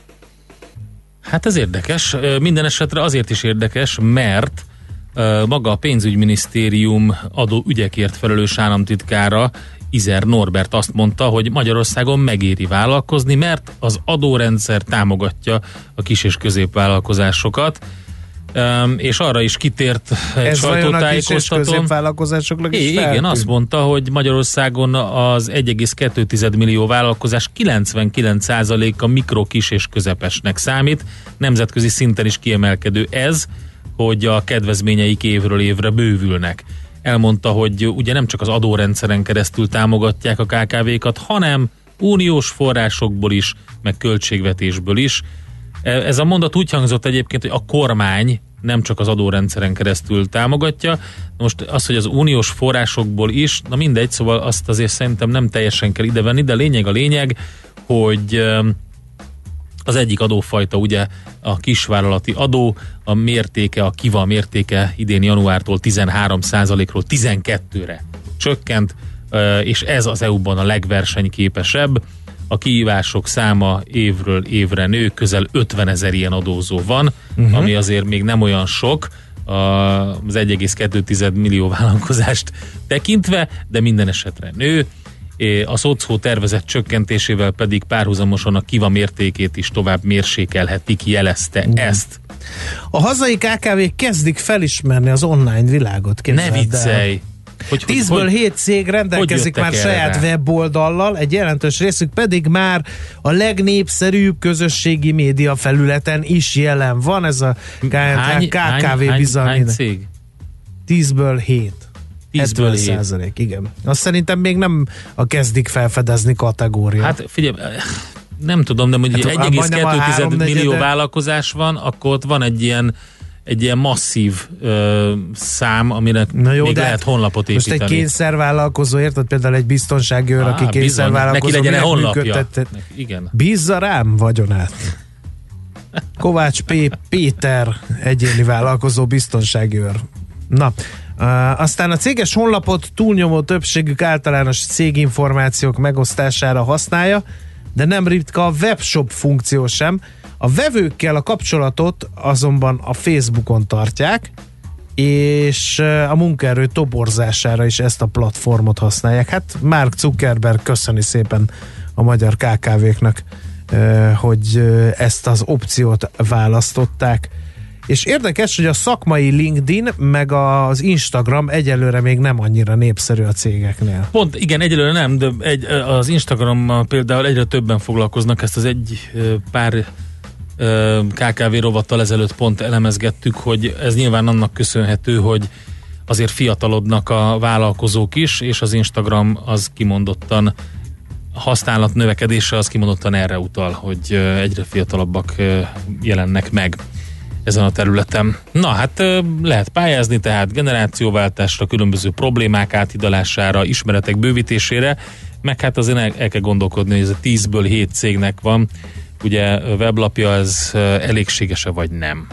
Hát ez érdekes. Minden esetre azért is érdekes, mert maga a pénzügyminisztérium adó ügyekért felelős államtitkára, Izer Norbert azt mondta, hogy Magyarországon megéri vállalkozni, mert az adórendszer támogatja a kis- és középvállalkozásokat, um, és arra is kitért egy sajtótájékoztatón. Ez kis- és középvállalkozásoknak is feltűnt. Igen, azt mondta, hogy Magyarországon az egy egész kettő millió vállalkozás kilencvenkilenc százaléka mikro, kis- és közepesnek számít. Nemzetközi szinten is kiemelkedő ez, hogy a kedvezményeik évről évre bővülnek. Elmondta, hogy ugye nem csak az adórendszeren keresztül támogatják a ká ká vékat, hanem uniós forrásokból is, meg költségvetésből is. Ez a mondat úgy hangzott egyébként, hogy a kormány nem csak az adórendszeren keresztül támogatja. Most az, hogy az uniós forrásokból is, na mindegy, szóval azt azért szerintem nem teljesen kell idevenni, de lényeg a lényeg, hogy az egyik adófajta ugye a kisvállalati adó, a mértéke, a kiva mértéke idén januártól tizenhárom százalékról tizenkettőre csökkent, és ez az é u-ban a legversenyképesebb. A kihívások száma évről évre nő, közel ötvenezer ilyen adózó van, uh-huh. ami azért még nem olyan sok az egy egész kettő millió vállalkozást tekintve, de minden esetre nő. A szocó tervezett csökkentésével pedig párhuzamosan a kiva mértékét is tovább mérsékelhetik, jelezte uh-huh. ezt. A hazai ká ká vék kezdik felismerni az online világot. Ne viccelj! Hogy, tízből hét cég rendelkezik már saját rá? weboldallal, egy jelentős részük pedig már a legnépszerűbb közösségi média felületen is jelen van. Ez a hány, ká ká vé hány, bizalmi. Hány cég? tízből hét. hetven százalék, igen. Azt szerintem még nem a kezdik felfedezni kategória. Hát figyelj, nem tudom, de mondjuk hát, egy egész kettő millió vállalkozás van, akkor ott van egy ilyen egy ilyen masszív ö, szám, aminek jó, még lehet honlapot építeni. Most egy kényszervállalkozó, érted? Például egy biztonsági őr, aki kényszervállalkozó. Neki legyen honlapja. Igen. Bízza rám vagyonát. Kovács P. Péter, egyéni vállalkozó, biztonsági őr. Na, Uh, aztán a céges honlapot túlnyomó többségük általános céginformációk megosztására használja, de nem ritka a webshop funkció sem. A vevőkkel a kapcsolatot azonban a Facebookon tartják, és a munkaerő toborzására is ezt a platformot használják. Hát Mark Zuckerberg köszöni szépen a magyar ká ká véknak, hogy ezt az opciót választották. És érdekes, hogy a szakmai LinkedIn meg az Instagram egyelőre még nem annyira népszerű a cégeknél. Pont, igen, egyelőre nem, de egy, az Instagram például egyre többen foglalkoznak, ezt az egy pár ká ká vé rovattal ezelőtt pont elemezgettük, hogy ez nyilván annak köszönhető, hogy azért fiatalodnak a vállalkozók is, és az Instagram az kimondottan használat növekedése az kimondottan erre utal, hogy egyre fiatalabbak jelennek meg ezen a területen. Na hát lehet pályázni, tehát generációváltásra, különböző problémák áthidalására, ismeretek bővítésére, meg hát azért el, el kell gondolkodni, hogy ez a tízből hét cégnek van, ugye weblapja, ez elégséges-e vagy nem.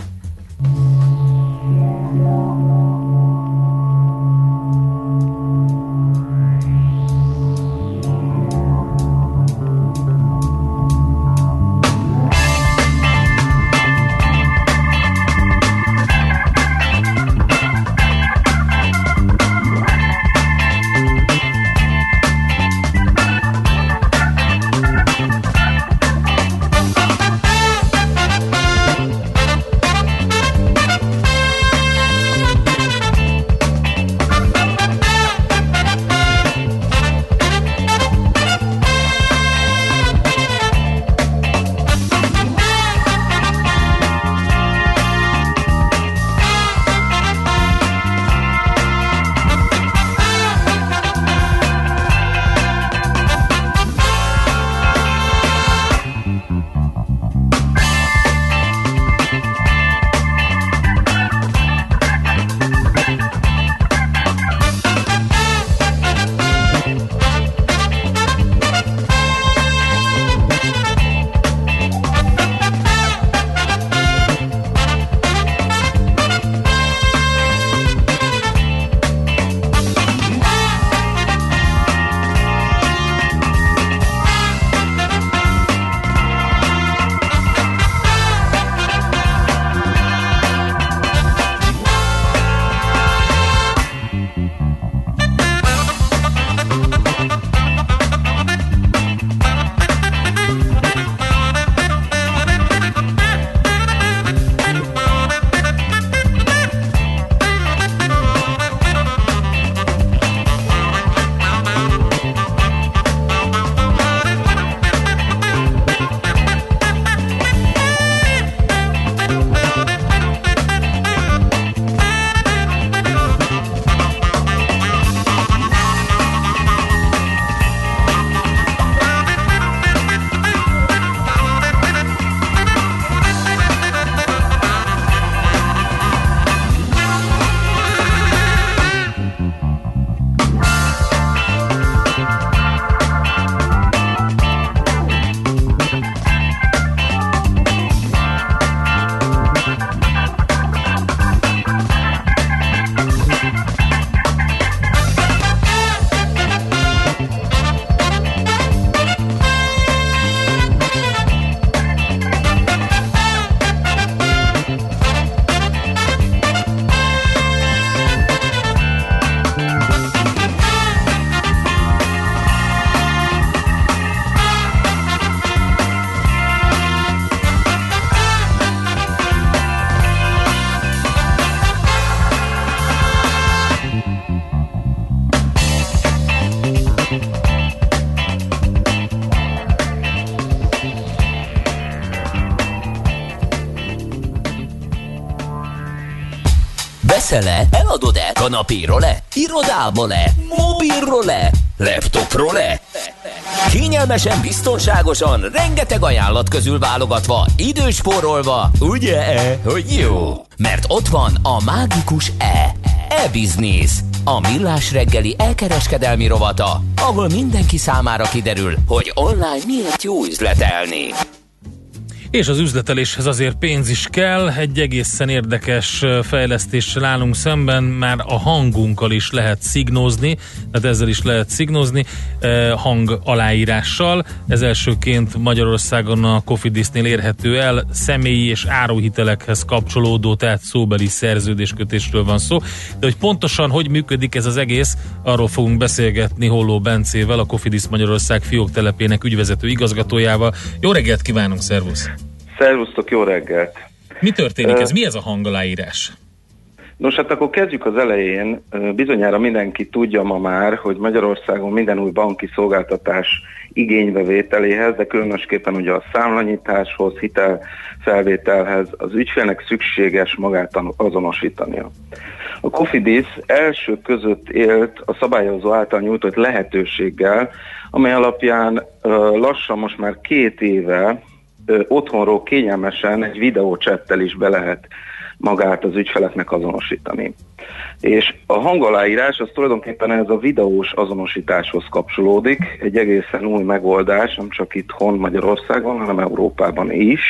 Veszel-e? Eladod-e? Kanapéról-e? Irodából-e? Mobilról-e? Laptopról-e? Kényelmesen, biztonságosan, rengeteg ajánlat közül válogatva, időspórolva, ugye-e, hogy jó? Mert ott van a mágikus E. E-Business. A millás reggeli elkereskedelmi rovata, ahol mindenki számára kiderül, hogy online miért jó üzletelni. És az üzleteléshez azért pénz is kell, egy egészen érdekes fejlesztéssel állunk szemben, már a hangunkkal is lehet szignózni, tehát ezzel is lehet szignózni, hang aláírással. Ez elsőként Magyarországon a Cofidisnél érhető el, személyi és áruhitelekhez kapcsolódó, tehát szóbeli szerződéskötésről van szó. De hogy pontosan hogy működik ez az egész, arról fogunk beszélgetni Holló Bencével, a Cofidis Magyarország fióktelepének ügyvezető igazgatójával. Jó reggelt kívánunk, szervusz! Szervusztok, jó reggelt! Mi történik ez? Mi ez a hangaláírás? Nos, hát akkor kezdjük az elején. Bizonyára mindenki tudja ma már, hogy Magyarországon minden új banki szolgáltatás igénybevételéhez, de különösképpen ugye a számlanyításhoz, hitelfelvételhez az ügyfélnek szükséges magát azonosítania. A Cofidis első között élt a szabályozó által nyújtott lehetőséggel, amely alapján lassan most már két éve otthonról kényelmesen egy videócsettel is be lehet magát az ügyfeleknek azonosítani. És a hangaláírás az tulajdonképpen ez a videós azonosításhoz kapcsolódik, egy egészen új megoldás, nem csak itthon Magyarországon, hanem Európában is,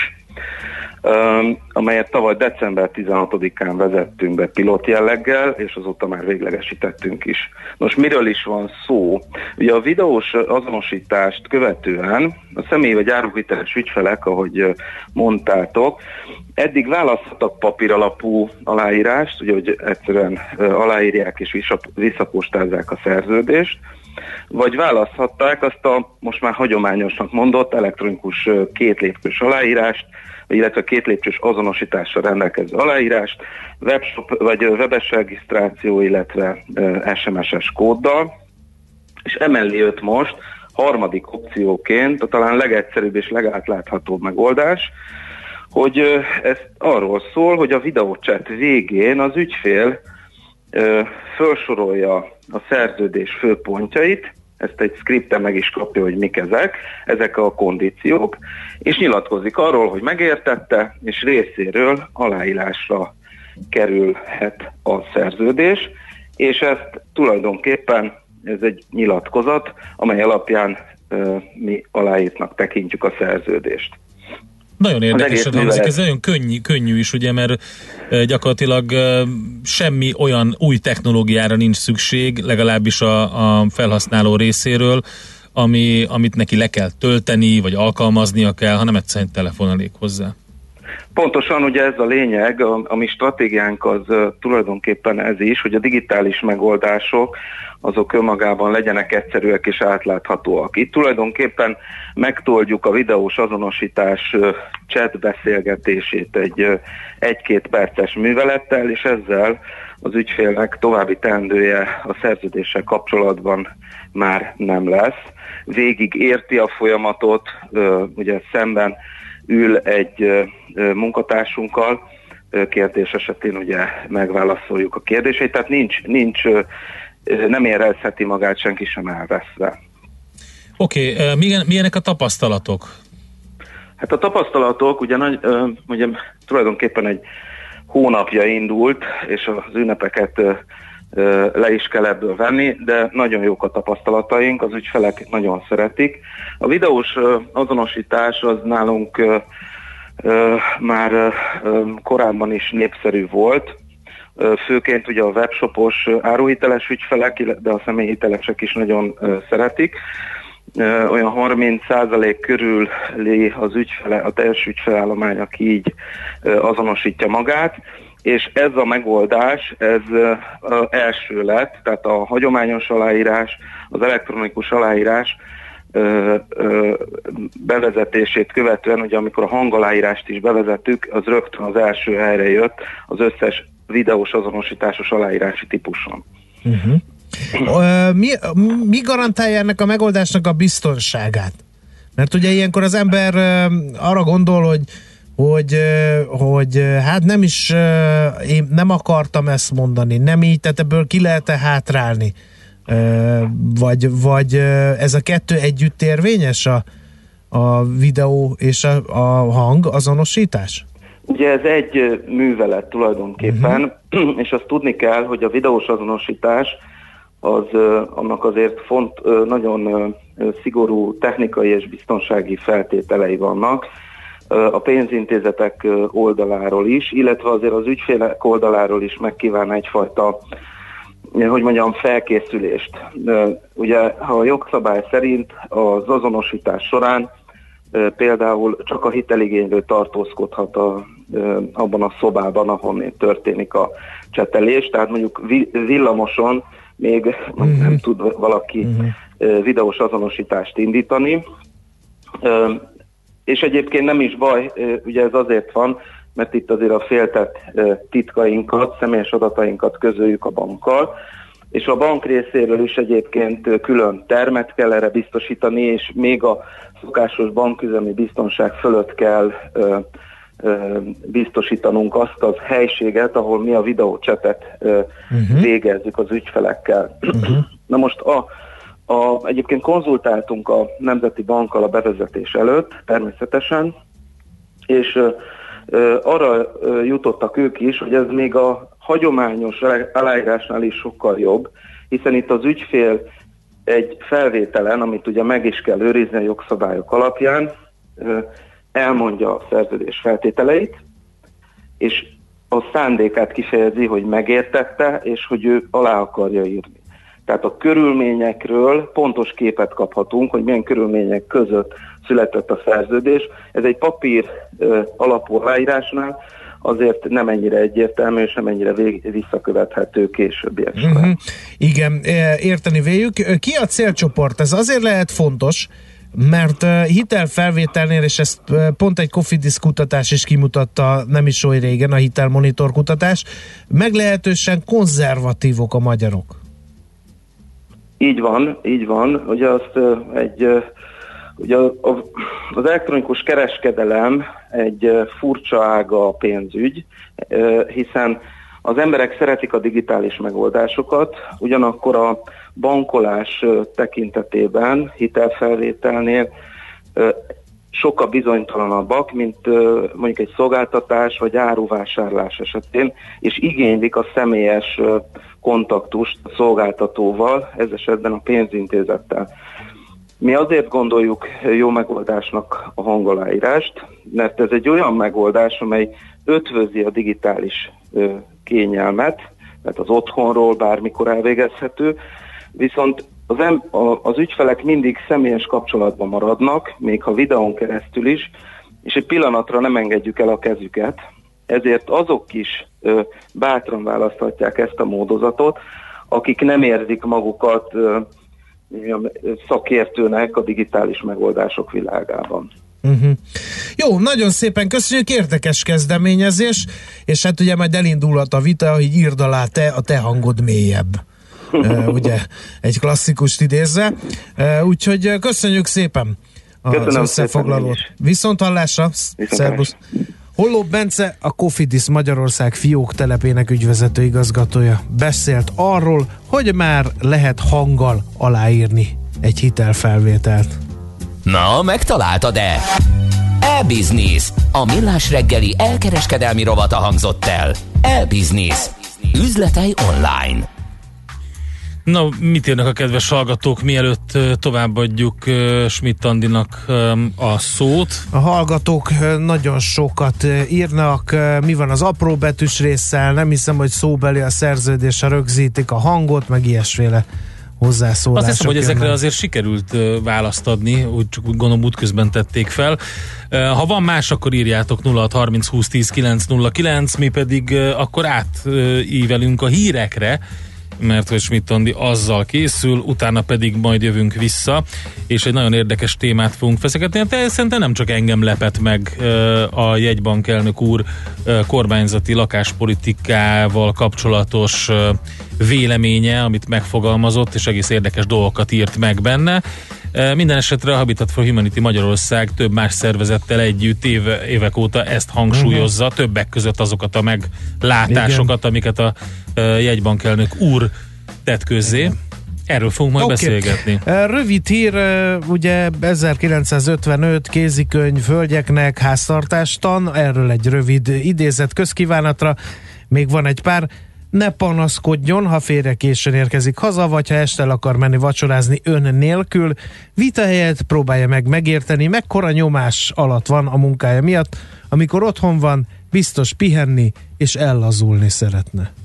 amelyet tavaly december tizenhatodikán vezettünk be pilot jelleggel, és azóta már véglegesítettünk is. Nos, miről is van szó? Ugye a videós azonosítást követően a személyi vagy áruhiteles ügyfelek, ahogy mondtátok, eddig választhattak papíralapú aláírást, ugye, hogy egyszerűen aláírják és visszapostázzák a szerződést, vagy választhatták azt a most már hagyományosnak mondott elektronikus kétlépcsős aláírást, illetve két lépcsős azonosítással rendelkező aláírást, webshop, vagy webes regisztráció, illetve es em es-es kóddal, és emellé jött most harmadik opcióként a talán legegyszerűbb és legátláthatóbb megoldás, hogy ez arról szól, hogy a videóchat végén az ügyfél felsorolja a szerződés főpontjait, ezt egy scripten meg is kapja, hogy mik ezek, ezek a kondíciók, és nyilatkozik arról, hogy megértette, és részéről aláírásra kerülhet a szerződés, és ezt tulajdonképpen ez egy nyilatkozat, amely alapján uh, mi aláírtnak tekintjük a szerződést. Nagyon érdekes, hangzik, ez nagyon könnyű, könnyű is, ugye, mert gyakorlatilag semmi olyan új technológiára nincs szükség, legalábbis a, a felhasználó részéről, ami, amit neki le kell tölteni, vagy alkalmaznia kell, hanem egyszerűen telefon elég hozzá. Pontosan ugye ez a lényeg, a, a mi stratégiánk az uh, tulajdonképpen ez is, hogy a digitális megoldások azok önmagában legyenek egyszerűek és átláthatóak. Itt tulajdonképpen megtoldjuk a videós azonosítás uh, chat beszélgetését egy uh, egy-két perces művelettel, és ezzel az ügyfélnek további teendője a szerződéssel kapcsolatban már nem lesz. Végig érti a folyamatot, uh, ugye szemben ül egy uh, munkatársunkkal, kérdés esetén ugye megválaszoljuk a kérdéseit, tehát nincs, nincs nem érezheti magát senki sem elveszve. Oké, okay, milyen, milyenek a tapasztalatok? Hát a tapasztalatok ugye, nagy, ugye tulajdonképpen egy hónapja indult, és az ünnepeket le is kell ebből venni, de nagyon jók a tapasztalataink, az ügyfelek nagyon szeretik. A videós azonosítás az nálunk már korábban is népszerű volt, főként ugye a webshopos áruhiteles ügyfelek, de a személyhitelesek is nagyon szeretik. Olyan harminc százalék körül az ügyfele, a teljes ügyfelállomány, aki így azonosítja magát, és ez a megoldás, ez első lett, tehát a hagyományos aláírás, az elektronikus aláírás Ö, ö, bevezetését követően, ugye amikor a hangaláírást is bevezettük, az rögtön az első helyre jött az összes videós azonosításos aláírási típuson. Uh-huh. Uh, mi, mi garantálja ennek a megoldásnak a biztonságát? Mert ugye ilyenkor az ember uh, arra gondol, hogy hogy, hogy hát nem is, én nem akartam ezt mondani, nem így, tehát ebből ki lehet-e hátrálni? Vagy, vagy ez a kettő együtt érvényes, a, a videó és a, a hang azonosítás? Ugye ez egy művelet tulajdonképpen, uh-huh. és azt tudni kell, hogy a videós azonosítás az annak azért font, nagyon szigorú technikai és biztonsági feltételei vannak a pénzintézetek oldaláról is, illetve azért az ügyfélek oldaláról is megkíván egyfajta, hogy mondjam, felkészülést. Ugye, ha a jogszabály szerint az azonosítás során például csak a hiteligénylő tartózkodhat a, abban a szobában, ahol történik a csetelés, tehát mondjuk villamoson még uh-huh. nem tud valaki uh-huh. videós azonosítást indítani, és egyébként nem is baj, ugye ez azért van, mert itt azért a féltett titkainkat, személyes adatainkat közöljük a bankkal, és a bank részéről is egyébként külön termet kell erre biztosítani, és még a szokásos banküzemi biztonság fölött kell ö, ö, biztosítanunk azt az helységet, ahol mi a videócsetet ö, uh-huh. végezzük az ügyfelekkel. Uh-huh. Na most a, a, egyébként konzultáltunk a Nemzeti Bankkal a bevezetés előtt, természetesen, és ö, ö, arra ö, jutottak ők is, hogy ez még a hagyományos aláírásnál is sokkal jobb, hiszen itt az ügyfél egy felvételen, amit ugye meg is kell őrizni a jogszabályok alapján, elmondja a szerződés feltételeit, és a szándékát kifejezi, hogy megértette, és hogy ő alá akarja írni. Tehát a körülményekről pontos képet kaphatunk, hogy milyen körülmények között született a szerződés. Ez egy papír alapú aláírásnál azért nem ennyire egyértelmű, és nem ennyire vég, visszakövethető későbbiek során. Uh-huh. Igen, érteni véljük. Ki a célcsoport? Ez azért lehet fontos, mert hitelfelvételnél, és ezt pont egy Cofidis kutatás is kimutatta nem is oly régen, a hitelmonitor kutatás, meglehetősen konzervatívok a magyarok. Így van, így van. Ugye azt egy... Ugye az elektronikus kereskedelem egy furcsa ága a pénzügy, hiszen az emberek szeretik a digitális megoldásokat, ugyanakkor a bankolás tekintetében, hitelfelvételnél sokkal bizonytalanabbak, mint mondjuk egy szolgáltatás vagy áruvásárlás esetén, és igénylik a személyes kontaktust a szolgáltatóval, ez esetben a pénzintézettel. Mi azért gondoljuk jó megoldásnak a hangaláírást, mert ez egy olyan megoldás, amely ötvözi a digitális ö, kényelmet, mert az otthonról bármikor elvégezhető, viszont az, em, a, az ügyfelek mindig személyes kapcsolatban maradnak, még ha videón keresztül is, és egy pillanatra nem engedjük el a kezüket, ezért azok is ö, bátran választhatják ezt a módozatot, akik nem érzik magukat ö, szakértőnek a digitális megoldások világában. Uh-huh. Jó, nagyon szépen köszönjük, érdekes kezdeményezés, és hát ugye majd elindulhat a vita, hogy írd alá te, a te hangod mélyebb. uh, ugye, egy klasszikust idézve. Uh, úgyhogy köszönjük szépen az Köszönöm összefoglalót. Viszont hallásra, szervusz! Holló Bence, a Cofidis Magyarország fiók telepének ügyvezető igazgatója beszélt arról, hogy már lehet hanggal aláírni egy hitelfelvételt. Na, megtaláltad-e? E-Business, a millás reggeli elkereskedelmi rovata hangzott el. E-Business, üzletei online. Na, mit írnak a kedves hallgatók, mielőtt továbbadjuk Schmidt Andinak a szót? A hallgatók nagyon sokat írnak, mi van az apró betűs résszel, nem hiszem, hogy szóbeli a szerződésre rögzítik a hangot, meg ilyesféle hozzászólások. Azt hiszem, hogy ezekre azért sikerült választ adni, úgy csak úgy gondolom útközben tették fel. Ha van más, akkor írjátok nulla hat harminc húsz tíz kilenc nulla kilenc, mi pedig akkor átívelünk a hírekre, mert hogy Schmidt Andi azzal készül, utána pedig majd jövünk vissza, és egy nagyon érdekes témát fogunk feszegetni. De szerintem nem csak engem lepett meg a jegybank elnök úr kormányzati lakáspolitikával kapcsolatos véleménye, amit megfogalmazott, és egész érdekes dolgokat írt meg benne. Minden esetre a Habitat for Humanity Magyarország több más szervezettel együtt éve, évek óta ezt hangsúlyozza, uh-huh. többek között azokat a meglátásokat, igen. amiket a jegybankelnök úr tett közzé. Igen. Erről fogunk majd okay. beszélgetni. Rövid hír, ugye ezerkilencszázötvenöt kézikönyv hölgyeknek háztartástan, erről egy rövid idézet közkívánatra, még van egy pár. Ne panaszkodjon, ha félrekésőn érkezik haza, vagy ha este el akar menni vacsorázni ön nélkül. Vita helyett próbálja meg megérteni, mekkora nyomás alatt van a munkája miatt, amikor otthon van, biztos pihenni és ellazulni szeretne.